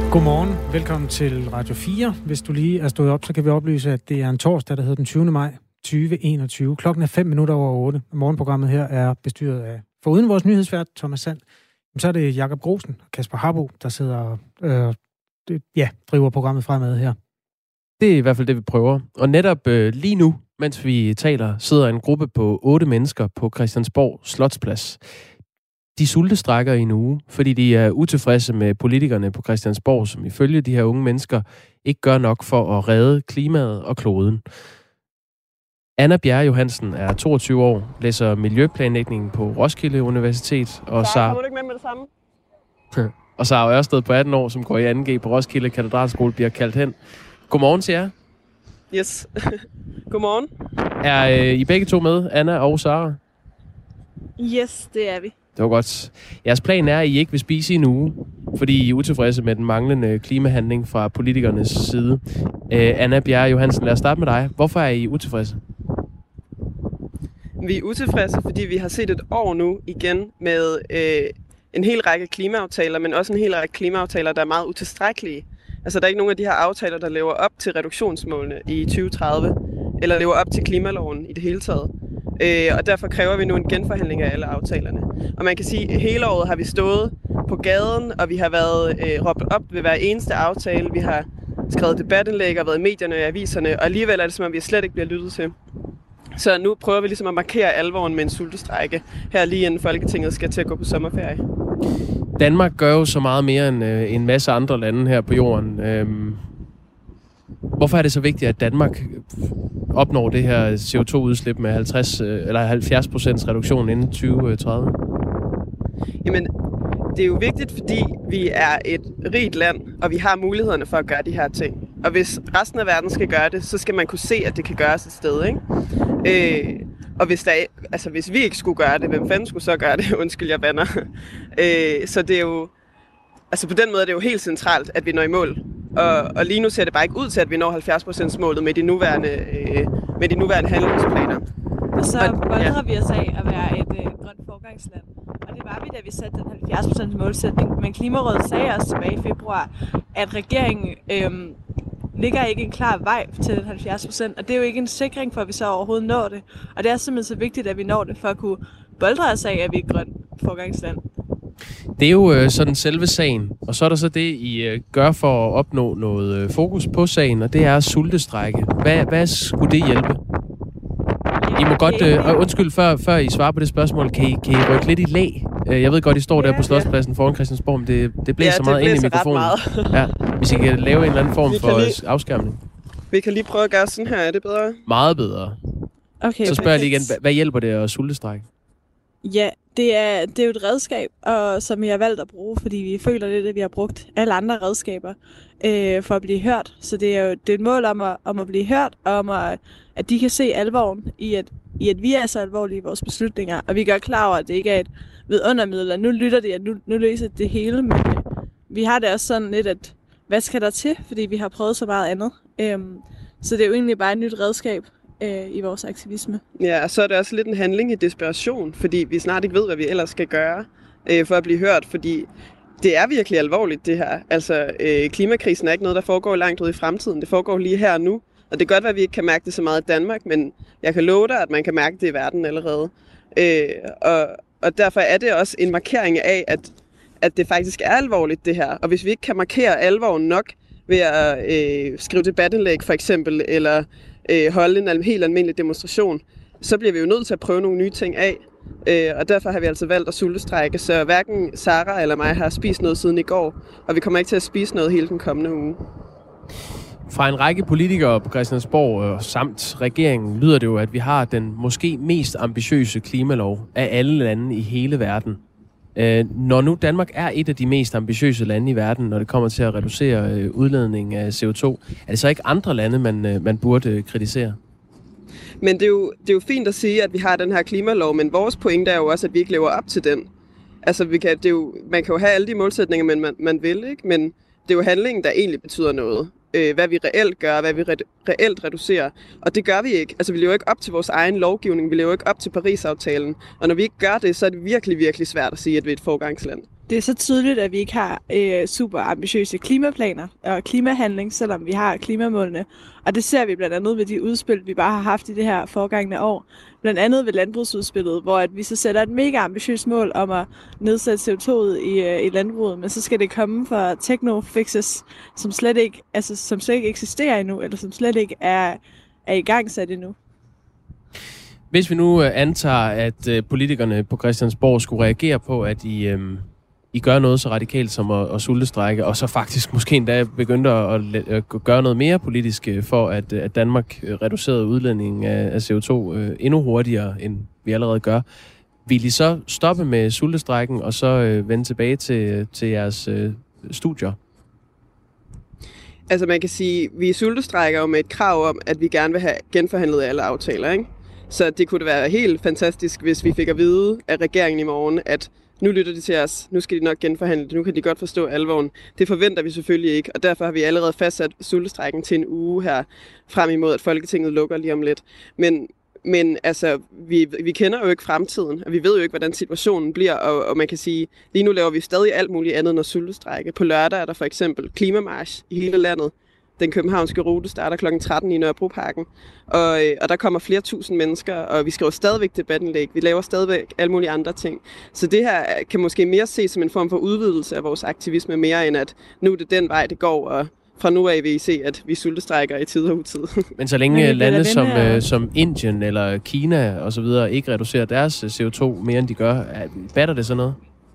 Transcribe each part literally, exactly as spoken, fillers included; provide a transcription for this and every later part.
Godmorgen. Velkommen til Radio fire. Hvis du lige er stået op, så kan vi oplyse, at det er en torsdag, der hedder den tyvende maj tyve enogtyve. Klokken er fem minutter over otte. Morgenprogrammet her er bestyret af, foruden vores nyhedsvært Thomas Sand, så er det Jakob Grosen og Kasper Harbo, der sidder øh, ja, driver programmet fremad her. Det er i hvert fald det, vi prøver. Og netop øh, lige nu, mens vi taler, sidder en gruppe på otte mennesker på Christiansborg Slotsplads. De sultestrækker i en uge, fordi de er utilfredse med politikerne på Christiansborg, som ifølge de her unge mennesker ikke gør nok for at redde klimaet og kloden. Anna Bjerre Johansen er toogtyve år, læser miljøplanlægning på Roskilde Universitet. Og så kommer du ikke med med det samme? Og Sara Ørsted på atten år, som går i anden G på Roskilde Katedralskole, bliver kaldt hen. Godmorgen til jer. Yes. Godmorgen. Er øh, I begge to med, Anna og Sara? Yes, det er vi. Det var godt. Jeres plan er, at I ikke vil spise i en uge, fordi I er utilfredse med den manglende klimahandling fra politikernes side. Øh, Anna Bjerre Johansen, lad os starte med dig. Hvorfor er I utilfredse? Vi er utilfredse, fordi vi har set et år nu igen med øh, en hel række klimaaftaler, men også en hel række klimaaftaler, der er meget utilstrækkelige. Altså, der er ikke nogen af de her aftaler, der lever op til reduktionsmålene i tyve tredive, eller lever op til klimaloven i det hele taget. Øh, og derfor kræver vi nu en genforhandling af alle aftalerne. Og man kan sige, at hele året har vi stået på gaden, og vi har været øh, råbt op ved hver eneste aftale. Vi har skrevet debatindlæg og været i medierne og i aviserne, og alligevel er det som om, vi slet ikke bliver lyttet til. Så nu prøver vi ligesom at markere alvoren med en sultestrække, her lige inden Folketinget skal til at gå på sommerferie. Danmark gør jo så meget mere end øh, en masse andre lande her på jorden. Øhm, hvorfor er det så vigtigt, at Danmark opnår det her C O to udslip med halvtreds eller halvfjerds procent reduktion inden tyve tredive? Jamen, det er jo vigtigt, fordi vi er et rigt land, og vi har mulighederne for at gøre de her ting. Og hvis resten af verden skal gøre det, så skal man kunne se, at det kan gøres et sted, ikke? Øh, og hvis, der, altså, hvis vi ikke skulle gøre det, hvem fanden skulle så gøre det? Undskyld, jeg bander. Øh, så det er jo, altså på den måde er det jo helt centralt, at vi når i mål. Og, og lige nu ser det bare ikke ud til, at vi når halvfjerds procent målet med de nuværende, øh, med de nuværende handlingsplaner. Og så boldrer vi os af at være et øh, grønt forgangsland. Og det var vi, da vi satte den halvfjerds procent målsætning. Men Klimarådet sagde også tilbage i februar, at regeringen øh, ligger ikke en klar vej til den halvfjerds procent. Og det er jo ikke en sikring for, at vi så overhovedet når det. Og det er simpelthen så vigtigt, at vi når det, for at kunne boldre os af, at vi er et grønt forgangsland. Det er jo øh, sådan selve sagen, og så er der så det, I øh, gør for at opnå noget øh, fokus på sagen, og det er sultestrække. Hvad, hvad skulle det hjælpe? I må godt, øh, undskyld, før, før I svarer på det spørgsmål, kan I, kan I rykke lidt i lag? Jeg ved godt, I står der på Slotspladsen foran Christiansborg, men det, det blæser ja, det meget blæser ind i mikrofonen. Ja, hvis I kan lave en eller anden form for lige, afskærmning. Vi kan lige prøve at gøre sådan her, er det bedre? Meget bedre. Okay, så spørger jeg lige igen, hvad, hvad hjælper det at sultestrække? Ja, det er, det er jo et redskab, og, som vi har valgt at bruge, fordi vi føler lidt, at vi har brugt alle andre redskaber øh, for at blive hørt. Så det er jo det er et mål om at, om at blive hørt, og om at, at de kan se alvoren i at, i, at vi er så alvorlige i vores beslutninger. Og vi gør klar over, at det ikke er et vidundermiddel, og nu lytter de, at nu, nu løser det hele. Men øh, vi har det også sådan lidt, at hvad skal der til, fordi vi har prøvet så meget andet. Øhm, så det er jo egentlig bare et nyt redskab i vores aktivisme. Ja, og så er det også lidt en handling i desperation, fordi vi snart ikke ved, hvad vi ellers skal gøre øh, for at blive hørt, fordi det er virkelig alvorligt, det her. Altså, øh, klimakrisen er ikke noget, der foregår langt ude i fremtiden. Det foregår lige her og nu, og det kan godt være, at vi ikke kan mærke det så meget i Danmark, men jeg kan love dig, at man kan mærke det i verden allerede. Øh, og, og derfor er det også en markering af, at, at det faktisk er alvorligt, det her. Og hvis vi ikke kan markere alvoren nok ved at øh, skrive debatindlæg for eksempel, eller holde en helt almindelig demonstration, så bliver vi jo nødt til at prøve nogle nye ting af. Og derfor har vi altså valgt at sultestrække, så hverken Sara eller mig har spist noget siden i går, og vi kommer ikke til at spise noget hele den kommende uge. Fra en række politikere på Christiansborg samt regeringen lyder det jo, at vi har den måske mest ambitiøse klimalov af alle lande i hele verden. Når nu Danmark er et af de mest ambitiøse lande i verden, når det kommer til at reducere udledning af C O to, er det så ikke andre lande, man, man burde kritisere? Men det er, jo, det er jo fint at sige, at vi har den her klimalov, men vores pointe er jo også, at vi ikke lever op til den. Altså, vi kan, det er jo, man kan jo have alle de målsætninger, man, man, man vil, ikke? Men det er jo handlingen, der egentlig betyder noget. Øh, hvad vi reelt gør, hvad vi re- reelt reducerer. Og det gør vi ikke. Altså, vi lever ikke op til vores egen lovgivning, vi lever ikke op til Paris-aftalen. Og når vi ikke gør det, så er det virkelig, virkelig svært at sige, at vi er et forgangsland. det er så tydeligt, at vi ikke har øh, super ambitiøse klimaplaner og klimahandling, selvom vi har klimamålene. Og det ser vi blandt andet ved de udspil, vi bare har haft i det her forgangne år. Blandt andet ved landbrugsudspillet, hvor at vi så sætter et mega ambitiøst mål om at nedsætte C O to i, øh, i landbruget, men så skal det komme fra techno-fixes, som slet ikke, altså, som slet ikke eksisterer endnu, eller som slet ikke er, er i gang sat endnu. Hvis vi nu antager, at politikerne på Christiansborg skulle reagere på, at I, øhm, I gør noget så radikalt som at, at sultestrække, og så faktisk måske endda begyndte at, at gøre noget mere politisk for, at, at Danmark reducerede udledningen af, af C O to øh, endnu hurtigere, end vi allerede gør. Vil I så stoppe med sultestrækken og så øh, vende tilbage til, til jeres øh, studier? Altså man kan sige, at vi sultestrækker jo med et krav om, at vi gerne vil have genforhandlet alle aftaler, ikke? Så det kunne være helt fantastisk, hvis vi fik at vide af regeringen i morgen, at nu lytter de til os, nu skal de nok genforhandle det, nu kan de godt forstå alvoren. Det forventer vi selvfølgelig ikke, og derfor har vi allerede fastsat sultestrækken til en uge her, frem imod at Folketinget lukker lige om lidt. Men, men altså, vi, vi kender jo ikke fremtiden, og vi ved jo ikke, hvordan situationen bliver, og, og man kan sige, lige nu laver vi stadig alt muligt andet end at sultestrække. På lørdag er der for eksempel klimamarch i hele landet. Den københavnske rute starter klokken tretten i Nørrebroparken, og, og der kommer flere tusind mennesker, og vi skriver stadigvæk debatindlæg, vi laver stadigvæk alle mulige andre ting. Så det her kan måske mere ses som en form for udvidelse af vores aktivisme, mere end at nu er det den vej, det går, og fra nu af vil I se, at vi sultestrækker i tid og utid. Men så længe Men lande som, øh, som Indien eller Kina og så videre ikke reducerer deres C O to mere end de gør, batter det så noget?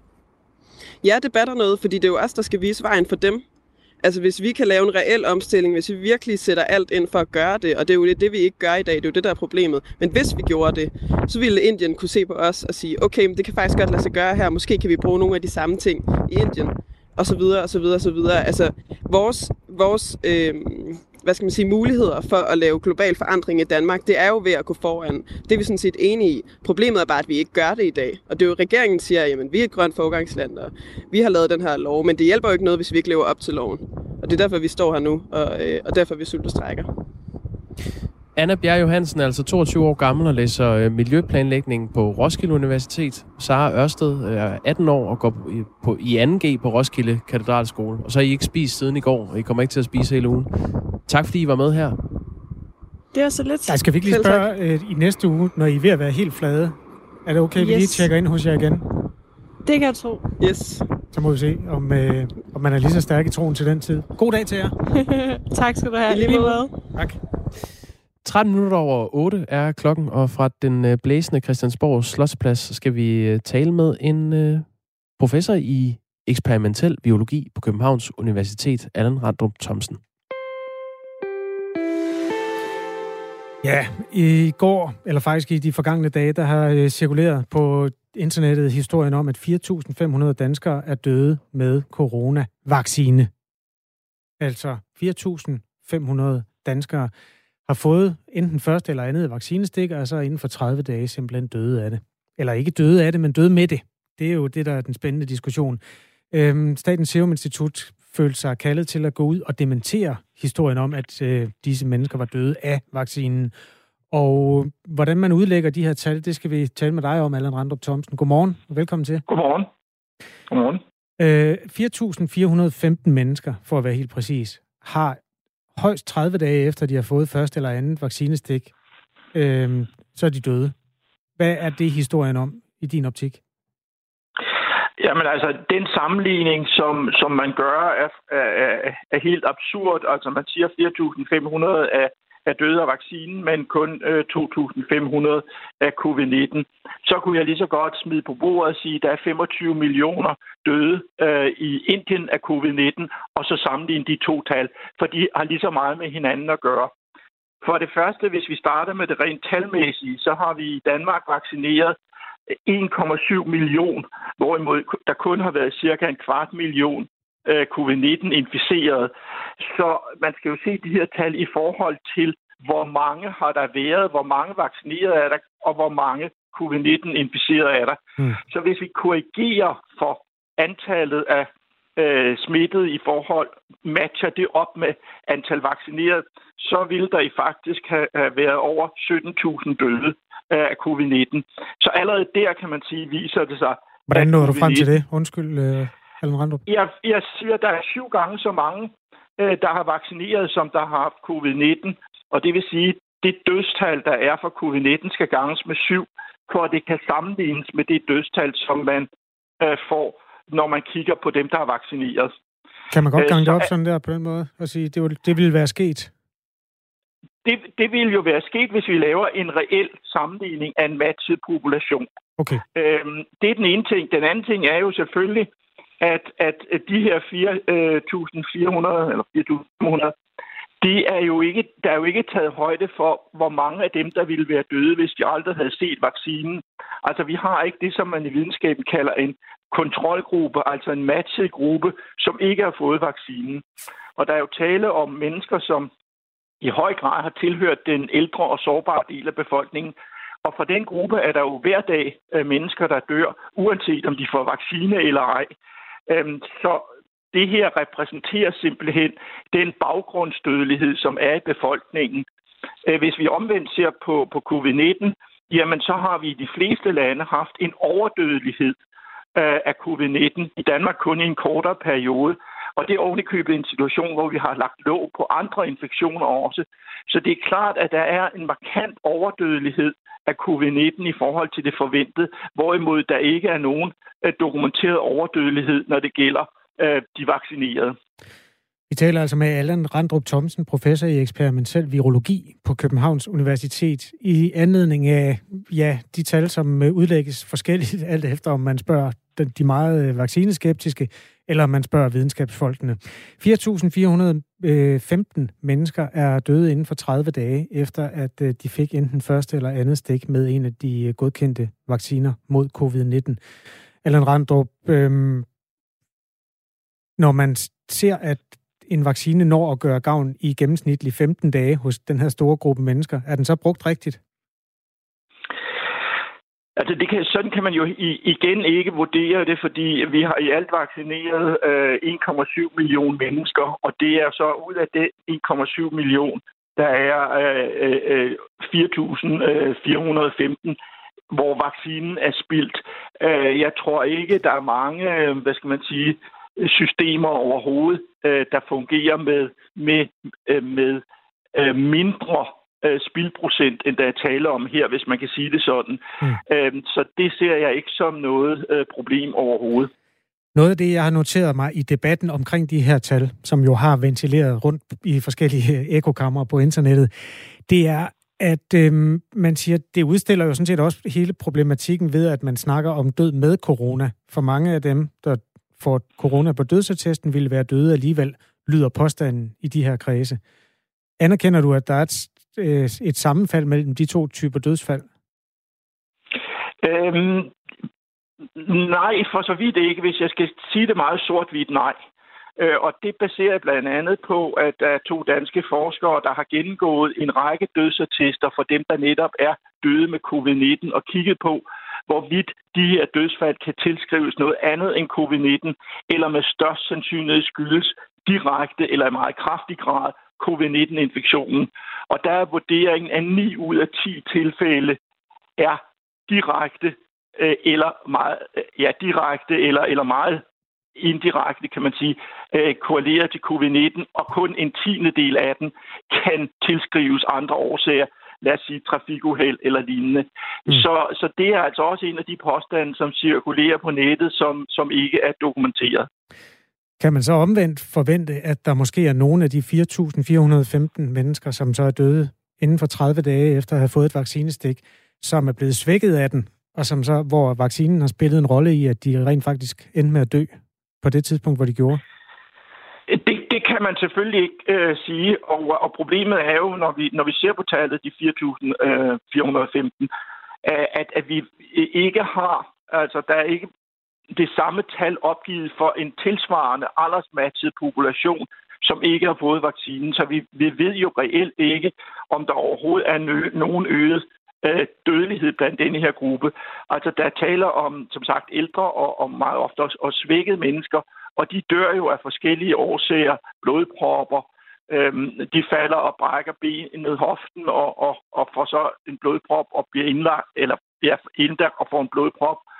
Ja, det batter noget, fordi det er jo os, der skal vise vejen for dem. Altså hvis vi kan lave en reel omstilling, hvis vi virkelig sætter alt ind for at gøre det, og det er jo det, det vi ikke gør i dag, det er jo det, der er problemet. Men hvis vi gjorde det, så ville Indien kunne se på os og sige, okay, men det kan faktisk godt lade sig gøre her, måske kan vi bruge nogle af de samme ting i Indien, og så videre, og så videre, og så videre. Altså vores, vores øh, hvad skal man sige, muligheder for at lave global forandring i Danmark, det er jo ved at gå foran. Det er vi sådan set enige i. Problemet er bare, at vi ikke gør det i dag. Og det er jo, regeringen siger, jamen vi er et grønt foregangsland, og vi har lavet den her lov, men det hjælper jo ikke noget, hvis vi ikke lever op til loven. Og det er derfor, vi står her nu, og, øh, og derfor vi sultestrækker. Anna Bjerg Johansen er altså toogtyve år gammel og læser øh, miljøplanlægning på Roskilde Universitet. Sara Ørsted er atten år og går på, i, på, i anden G på Roskilde Katedralskole. Og så har I ikke spist siden i går, og I kommer ikke til at spise hele ugen. Tak fordi I var med her. Det er så lidt. Jeg skal vi ikke lige spørge øh, i næste uge, når I er ved at være helt flade. Er det okay, yes. vi lige tjekker ind hos jer igen? Det kan jeg tro. Yes. Så må vi se, om, øh, om man er lige så stærk i troen til den tid. God dag til jer. Tak skal du have. I lige måde. Tak. tretten minutter over otte er klokken, og fra den blæsende Christiansborg Slotsplads skal vi tale med en øh, professor i eksperimentel biologi på Københavns Universitet, Allan Randrup Thomsen. Ja, i går, eller faktisk i de forgangne dage, der har øh, cirkuleret på internettet historien om, at fire tusind fem hundrede danskere er døde med coronavaccine. Altså fire tusind fem hundrede danskere har fået enten første eller andet vaccinestik, og så inden for tredive dage simpelthen døde af det. Eller ikke døde af det, men døde med det. Det er jo det, der er den spændende diskussion. Øhm, Statens Serum Institut følte sig kaldet til at gå ud og dementere historien om, at øh, disse mennesker var døde af vaccinen. Og hvordan man udlægger de her tal, det skal vi tale med dig om, Allan Randrup Thomsen. Godmorgen, og velkommen til. Godmorgen. Godmorgen. Øh, fire tusind fire hundrede og femten mennesker, for at være helt præcis, har højst tredive dage efter, de har fået første eller andet vaccinestik, øh, så er de døde. Hvad er det historien om i din optik? Jamen altså, den sammenligning, som, som man gør, er, er, er helt absurd. Altså man siger fire tusind fem hundrede er, er døde af vaccinen, men kun øh, to tusind fem hundrede af covid nitten. Så kunne jeg lige så godt smide på bordet og sige, at der er femogtyve millioner døde øh, i Indien af covid nitten, og så sammenligne de to tal, for de har lige så meget med hinanden at gøre. For det første, hvis vi starter med det rent talmæssige, så har vi i Danmark vaccineret en komma syv million, hvorimod der kun har været cirka en kvart million øh, covid nitten inficeret. Så man skal jo se de her tal i forhold til, hvor mange har der været, hvor mange vaccineret er der, og hvor mange covid nitten inficeret er der. Mm. Så hvis vi korrigerer for antallet af øh, smittede i forhold, matcher det op med antal vaccineret, så ville der i faktisk have været over sytten tusind døde af covid nitten. Så allerede der kan man sige, viser det sig, Hvordan nåede du frem til det? Undskyld, øh, Allan Randrup. Jeg, jeg siger, at der er syv gange så mange, øh, der har vaccineret, som der har haft covid nitten. Og det vil sige, at det dødstal, der er for covid nitten, skal ganges med syv, for at det kan sammenlignes med det dødstal, som man øh, får, når man kigger på dem, der er vaccineret. Kan man godt gange det op sådan der på den måde og sige, det, vil, det ville være sket? Det, det ville jo være sket, hvis vi laver en reel sammenligning af en matchet population. Okay. Øhm, det er den ene ting. Den anden ting er jo selvfølgelig, at, at de her fire tusind fire hundrede eller fire tusind fem hundrede, det er jo ikke, der er jo ikke taget højde for, hvor mange af dem, der ville være døde, hvis de aldrig havde set vaccinen. Altså, vi har ikke det, som man i videnskaben kalder en kontrolgruppe, altså en matchet gruppe, som ikke har fået vaccinen. Og der er jo tale om mennesker, som i høj grad har tilhørt den ældre og sårbare del af befolkningen. Og for den gruppe er der jo hver dag mennesker, der dør, uanset om de får vaccine eller ej. Så det her repræsenterer simpelthen den baggrundsdødelighed, som er i befolkningen. Hvis vi omvendt ser på, på covid nitten, jamen så har vi i de fleste lande haft en overdødelighed af covid nitten. I Danmark kun i en kortere periode. Og det er ovenikøbet en situation, hvor vi har lagt låg på andre infektioner også. Så det er klart, at der er en markant overdødelighed af covid nitten i forhold til det forventede, hvorimod der ikke er nogen dokumenteret overdødelighed, når det gælder øh, de vaccinerede. Vi taler altså med Allan Randrup Thomsen, professor i eksperimentel virologi på Københavns Universitet, i anledning af ja, de tal, som udlægges forskelligt, alt efter om man spørger de meget vaccineskeptiske, eller om man spørger videnskabsfolkene. fire tusind fire hundrede og femten mennesker er døde inden for tredive dage, efter at de fik enten første eller andet stik med en af de godkendte vacciner mod covid nitten. Allan Randrup, øhm, når man ser, at en vaccine når at gøre gavn i gennemsnitlig femten dage hos den her store gruppe mennesker, er den så brugt rigtigt? Altså, det kan, sådan kan man jo igen ikke vurdere det, fordi vi har i alt vaccineret øh, en komma syv millioner mennesker, og det er så ud af det en komma syv millioner, der er øh, øh, fire tusind fire hundrede og femten, hvor vaccinen er spildt. Øh, jeg tror ikke, der er mange, øh, hvad skal man sige, systemer overhovedet, øh, der fungerer med, med, øh, med øh, mindre spildprocent, end der er tale om her, hvis man kan sige det sådan. Mm. Så det ser jeg ikke som noget problem overhovedet. Noget af det, jeg har noteret mig i debatten omkring de her tal, som jo har ventileret rundt i forskellige ekokammer på internettet, det er, at øhm, man siger, det udstiller jo sådan set også hele problematikken ved, at man snakker om død med corona. For mange af dem, der får corona på dødsattesten, ville være døde alligevel, lyder påstanden i de her kredse. Anerkender du, at der er et et sammenfald mellem de to typer dødsfald? Øhm, nej, for så vidt ikke. Hvis jeg skal sige det meget sort-hvidt, nej. Øh, og det baserer blandt andet på, at der er to danske forskere, der har gennemgået en række dødsattester for dem, der netop er døde med covid nitten, og kigget på, hvorvidt de her dødsfald kan tilskrives noget andet end covid nitten, eller med størst sandsynlighed skyldes direkte eller i meget kraftig grad covid nitten-infektionen. Og der er vurderingen af ni ud af ti tilfælde er direkte øh, eller meget øh, ja, direkte eller, eller meget indirekte, kan man sige, øh, korreleret til covid nitten, og kun en tiende del af den kan tilskrives andre årsager, lad os sige trafikuheld eller lignende. Mm. Så, så det er altså også en af de påstande, som cirkulerer på nettet, som, som ikke er dokumenteret. Kan man så omvendt forvente, at der måske er nogle af de fire tusind fire hundrede og femten mennesker, som så er døde inden for tredive dage efter at have fået et vaccinestik, som er blevet svækket af den, og som så, hvor vaccinen har spillet en rolle i, at de rent faktisk endte med at dø på det tidspunkt, hvor de gjorde? Det, det kan man selvfølgelig ikke øh, sige, og, og problemet er jo, når vi, når vi ser på tallet, de fire tusind fire hundrede og femten, at, at vi ikke har, altså der er ikke det samme tal opgivet for en tilsvarende aldersmatchet population, som ikke har fået vaccinen. Så vi, vi ved jo reelt ikke, om der overhovedet er nø- nogen øget øh, dødelighed blandt denne her gruppe. Altså der taler om, som sagt, ældre og, og meget ofte også og svækkede mennesker, og de dør jo af forskellige årsager, blodpropper, øhm, de falder og brækker benet, hoften og, og, og får så en blodprop og bliver indlagt, eller bliver indlagt og får en blodprop,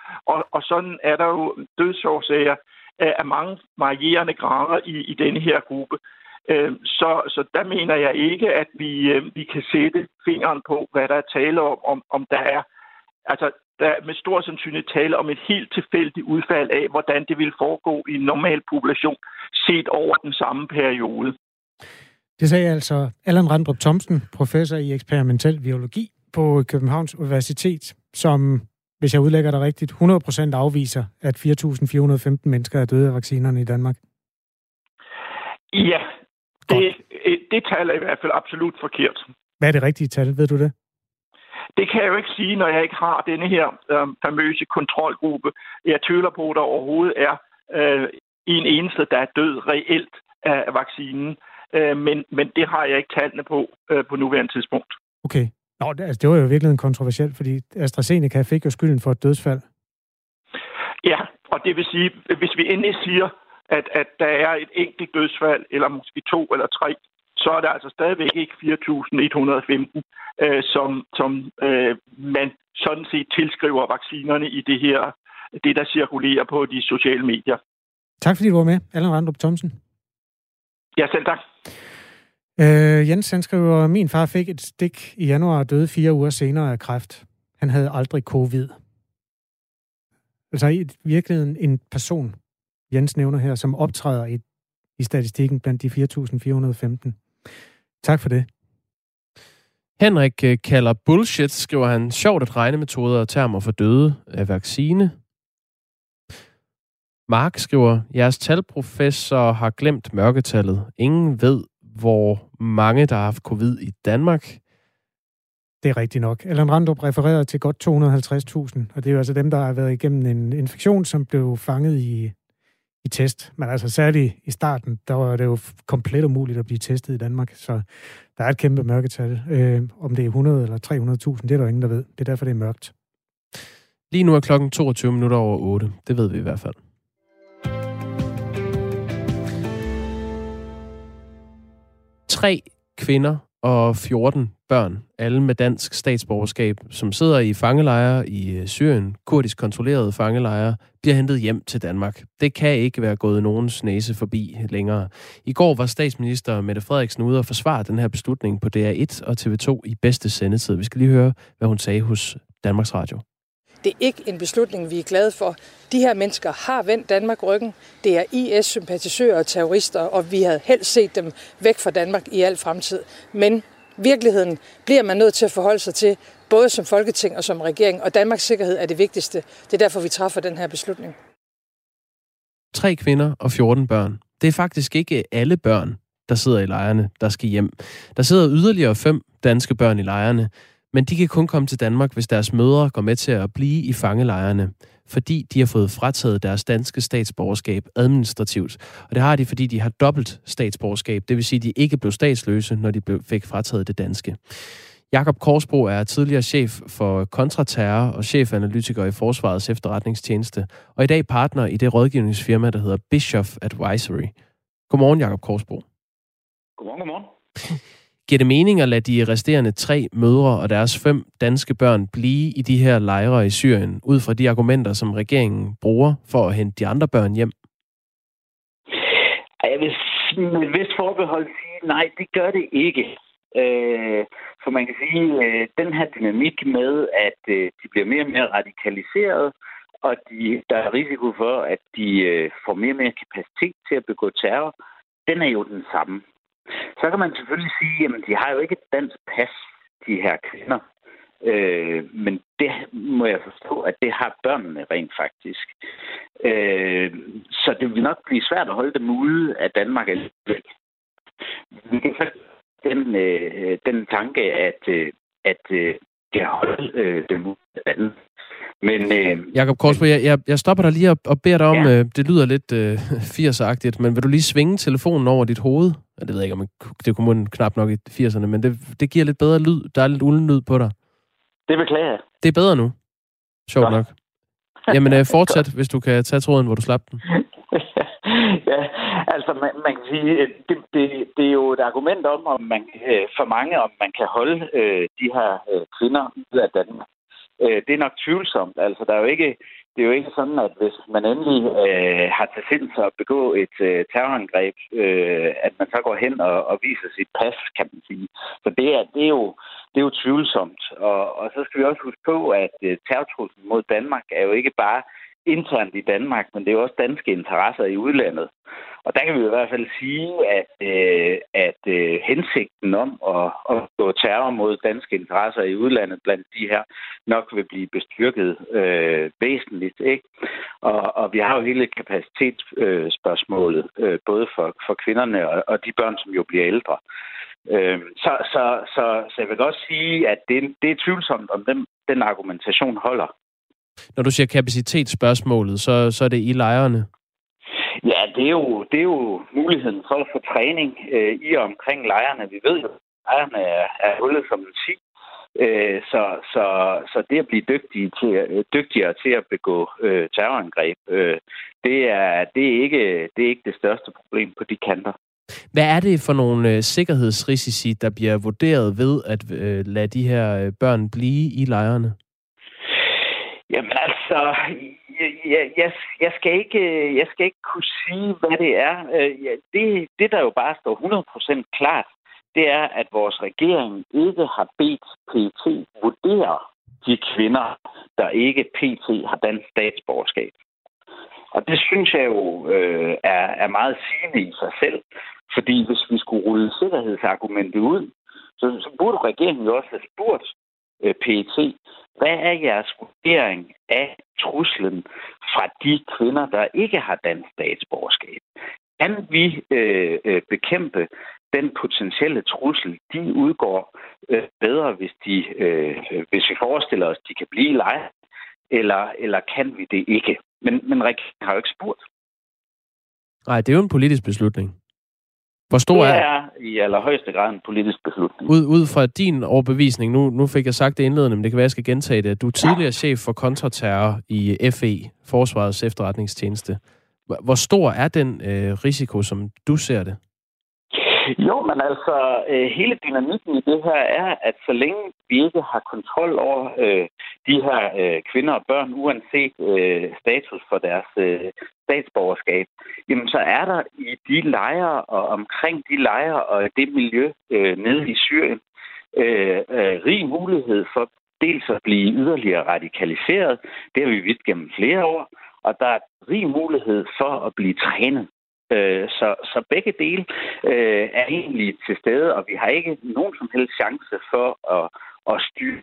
Og, og sådan er der jo dødsårsager af mange varierende grader i, i denne her gruppe. Så, så der mener jeg ikke, at vi, vi kan sætte fingeren på, hvad der er tale om, om, om der er. Altså, der er med stor sandsynlighed tale om et helt tilfældigt udfald af, hvordan det vil foregå i en normal population, set over den samme periode. Det sagde altså Allan Randrup Thomsen, professor i eksperimentel biologi på Københavns Universitet, som, hvis jeg udlægger det rigtigt, hundrede procent afviser, at fire tusind fire hundrede og femten mennesker er døde af vaccinerne i Danmark. Ja, det, det tal er i hvert fald absolut forkert. Hvad er det rigtige tal? Ved du det? Det kan jeg jo ikke sige, når jeg ikke har denne her øh, famøse kontrolgruppe. Jeg tvivler på, at der overhovedet er øh, en eneste, der er død reelt af vaccinen. Øh, men, men det har jeg ikke tallene på øh, på nuværende tidspunkt. Okay. Nå, det, altså, det var jo virkelig kontroversielt, fordi AstraZeneca fik jo skylden for et dødsfald. Ja, og det vil sige, hvis vi endelig siger, at, at der er et enkelt dødsfald, eller måske to eller tre, så er der altså stadigvæk ikke fire tusind et hundrede og femten, øh, som, som øh, man sådan set tilskriver vaccinerne i det her, det der cirkulerer på de sociale medier. Tak fordi du var med, Allan Randrup Thomsen. Ja, selv tak. Øh, Jens, han skriver, min far fik et stik i januar og døde fire uger senere af kræft. Han havde aldrig covid. Altså i virkeligheden en person, Jens nævner her, som optræder i, i statistikken blandt de fire tusind fire hundrede og femten. Tak for det. Henrik kalder bullshit, skriver han. Sjovt at regnemetoder og termer for døde af vaccine. Mark skriver, jeres talprofessor har glemt mørketallet. Ingen ved, hvor mange, der har haft covid i Danmark. Det er rigtigt nok. Allan Randrup refererer til godt to hundrede og halvtreds tusind, og det er jo altså dem, der har været igennem en infektion, som blev fanget i, i test. Men altså særligt i starten, der var det jo komplet umuligt at blive testet i Danmark, så der er et kæmpe mørketal. Øh, om det er hundrede eller tre hundrede tusind, det er der jo ingen, der ved. Det er derfor, det er mørkt. Lige nu er klokken toogtyve minutter over otte. Det ved vi i hvert fald. Tre kvinder og fjorten børn, alle med dansk statsborgerskab, som sidder i fangelejre i Syrien, kurdisk kontrollerede fangelejre, bliver hentet hjem til Danmark. Det kan ikke være gået nogens næse forbi længere. I går var statsminister Mette Frederiksen ude og forsvare den her beslutning på D R et og T V to i bedste sendetid. Vi skal lige høre, hvad hun sagde hos Danmarks Radio. Det er ikke en beslutning, vi er glade for. De her mennesker har vendt Danmark ryggen. Det er I S-sympatisører og terrorister, og vi havde helst set dem væk fra Danmark i al fremtid. Men virkeligheden bliver man nødt til at forholde sig til, både som Folketing og som regering, og Danmarks sikkerhed er det vigtigste. Det er derfor, vi træffer den her beslutning. Tre kvinder og fjorten børn. Det er faktisk ikke alle børn, der sidder i lejrene, der skal hjem. Der sidder yderligere fem danske børn i lejrene, men de kan kun komme til Danmark, hvis deres mødre går med til at blive i fangelejrene, fordi de har fået frataget deres danske statsborgerskab administrativt. Og det har de, fordi de har dobbelt statsborgerskab, det vil sige, at de ikke blev statsløse, når de blev, fik frataget det danske. Jakob Korsbro er tidligere chef for kontraterror og chefanalytiker i Forsvarets efterretningstjeneste, og i dag partner i det rådgivningsfirma, der hedder Bischoff Advisory. Godmorgen, Jakob Korsbro. Godmorgen, godmorgen. Giver det mening at lade de resterende tre mødre og deres fem danske børn blive i de her lejre i Syrien, ud fra de argumenter, som regeringen bruger for at hente de andre børn hjem? Jeg vil med et vist forbehold sige, nej, det gør det ikke. Øh, for man kan sige, øh, den her dynamik med, at øh, de bliver mere og mere radikaliseret, og de, der er risiko for, at de øh, får mere og mere kapacitet til at begå terror, den er jo den samme. Så kan man selvfølgelig sige, at de har jo ikke et dansk pas, de her kvinder. Øh, men det må jeg forstå, at det har børnene rent faktisk. Øh, så det vil nok blive svært at holde dem ude af Danmark alligevel. Vi kan faktisk den, øh, den tanke, at, øh, at øh, det kan holde øh, dem ude af Danmark. Men, øh, Jakob Korsbro, jeg, jeg, jeg stopper dig lige og, og beder dig om, ja. øh, det lyder lidt øh, firsagtigt, men vil du lige svinge telefonen over dit hoved? Ja, det ved jeg ikke, om det kunne knap nok i firserne, men det, det giver lidt bedre lyd. Der er lidt ulden lyd på dig. Det beklager jeg. Det er bedre nu. Sjovt nok. Jamen øh, fortsæt, hvis du kan tage tråden, hvor du slap den. Ja, altså man, man kan sige, det, det, det er jo et argument om, om man, øh, for mange, om man kan holde øh, de her øh, kvinder ud af Danmark. Øh, det er nok tvivlsomt. Altså der er jo ikke det er jo ikke sådan, at hvis man endelig øh, har til sinds at begå et øh, terrorangreb, øh, at man så går hen og, og viser sit pas, kan man sige. Så det er, det er, jo, det er jo tvivlsomt. Og, og så skal vi også huske på, at øh, terrortruslen mod Danmark er jo ikke bare internt i Danmark, men det er jo også danske interesser i udlandet. Og der kan vi i hvert fald sige, at, øh, at øh, hensigten om at, at gå terror mod danske interesser i udlandet blandt de her nok vil blive bestyrket øh, væsentligt. Ikke? Og, og vi har jo hele kapacitetsspørgsmålet, øh, både for, for kvinderne og, og de børn, som jo bliver ældre. Øh, så, så, så, så jeg vil godt sige, at det, det er tvivlsomt, om den, den argumentation holder. Når du siger kapacitetsspørgsmålet, så, så er det i lejrene? Ja, det er jo, det er jo muligheden for at få træning øh, i og omkring lejrene. Vi ved jo, at lejrene er, er hullet som en sig. Øh, så, så, så det at blive dygtige til, dygtigere til at begå øh, terrorangreb, øh, det, er, det, er ikke, det er ikke det største problem på de kanter. Hvad er det for nogle øh, sikkerhedsrisici, der bliver vurderet ved at øh, lade de her øh, børn blive i lejrene? Jamen altså, jeg, jeg, jeg, skal ikke, jeg skal ikke kunne sige, hvad det er. Det, det der jo bare står hundrede procent klart, det er, at vores regering ikke har bedt P E T vurdere de kvinder, der ikke P E T har dansk statsborgerskab. Og det synes jeg jo øh, er, er meget sigende i sig selv. Fordi hvis vi skulle rulle sikkerhedsargumentet ud, så, så burde regeringen jo også have spurgt øh, P E T, hvad er jeres vurdering af truslen fra de kvinder, der ikke har dansk statsborgerskab? Kan vi øh, øh, bekæmpe den potentielle trussel? De udgår øh, bedre, hvis, de, øh, hvis vi forestiller os, de kan blive i lejre, eller, eller kan vi det ikke? Men, men regeringen har jo ikke spurgt. Nej, det er jo en politisk beslutning. Hvor stor det er... er i allerhøjeste grad en politisk beslutning. Ud, ud fra din overbevisning, nu, nu fik jeg sagt det indledende, men det kan være, jeg skal gentage det. Du er tidligere chef for kontraterror i F E, Forsvarets Efterretningstjeneste. Hvor stor er den øh, risiko, som du ser det? Jo, men altså, øh, hele dynamikken i det her er, at så længe vi ikke har kontrol over øh, de her øh, kvinder og børn, uanset øh, status for deres øh, statsborgerskab, jamen så er der i de lejre og omkring de lejre og det miljø øh, nede i Syrien øh, øh, rig mulighed for dels at blive yderligere radikaliseret. Det har vi vidt gennem flere år. Og der er rig mulighed for at blive trænet. Så, så begge dele øh, er egentlig til stede, og vi har ikke nogen som helst chance for at, at styre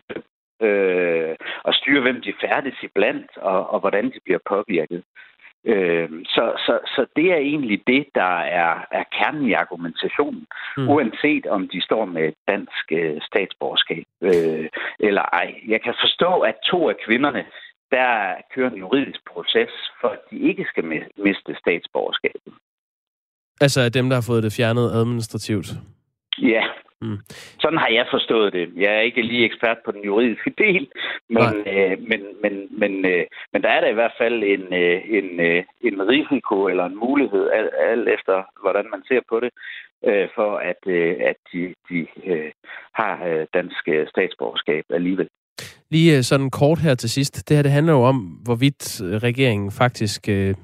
øh, at styre, hvem de færdes iblandt, og, og hvordan de bliver påvirket. Øh, så, så, så det er egentlig det, der er, er kernen i argumentationen, mm. uanset om de står med et dansk øh, statsborgerskab øh, eller ej. Jeg kan forstå, at to af kvinderne, der kører en juridisk proces, for at de ikke skal miste statsborgerskabet. Altså dem, der har fået det fjernet administrativt? Ja, mm. Sådan har jeg forstået det. Jeg er ikke lige ekspert på den juridiske del, men, øh, men, men, men, øh, men der er der i hvert fald en, øh, en, øh, en risiko eller en mulighed, alt, alt efter hvordan man ser på det, øh, for at, øh, at de, de øh, har øh, dansk statsborgerskab alligevel. Lige sådan kort her til sidst. Det her det handler jo om, hvorvidt regeringen faktisk øh,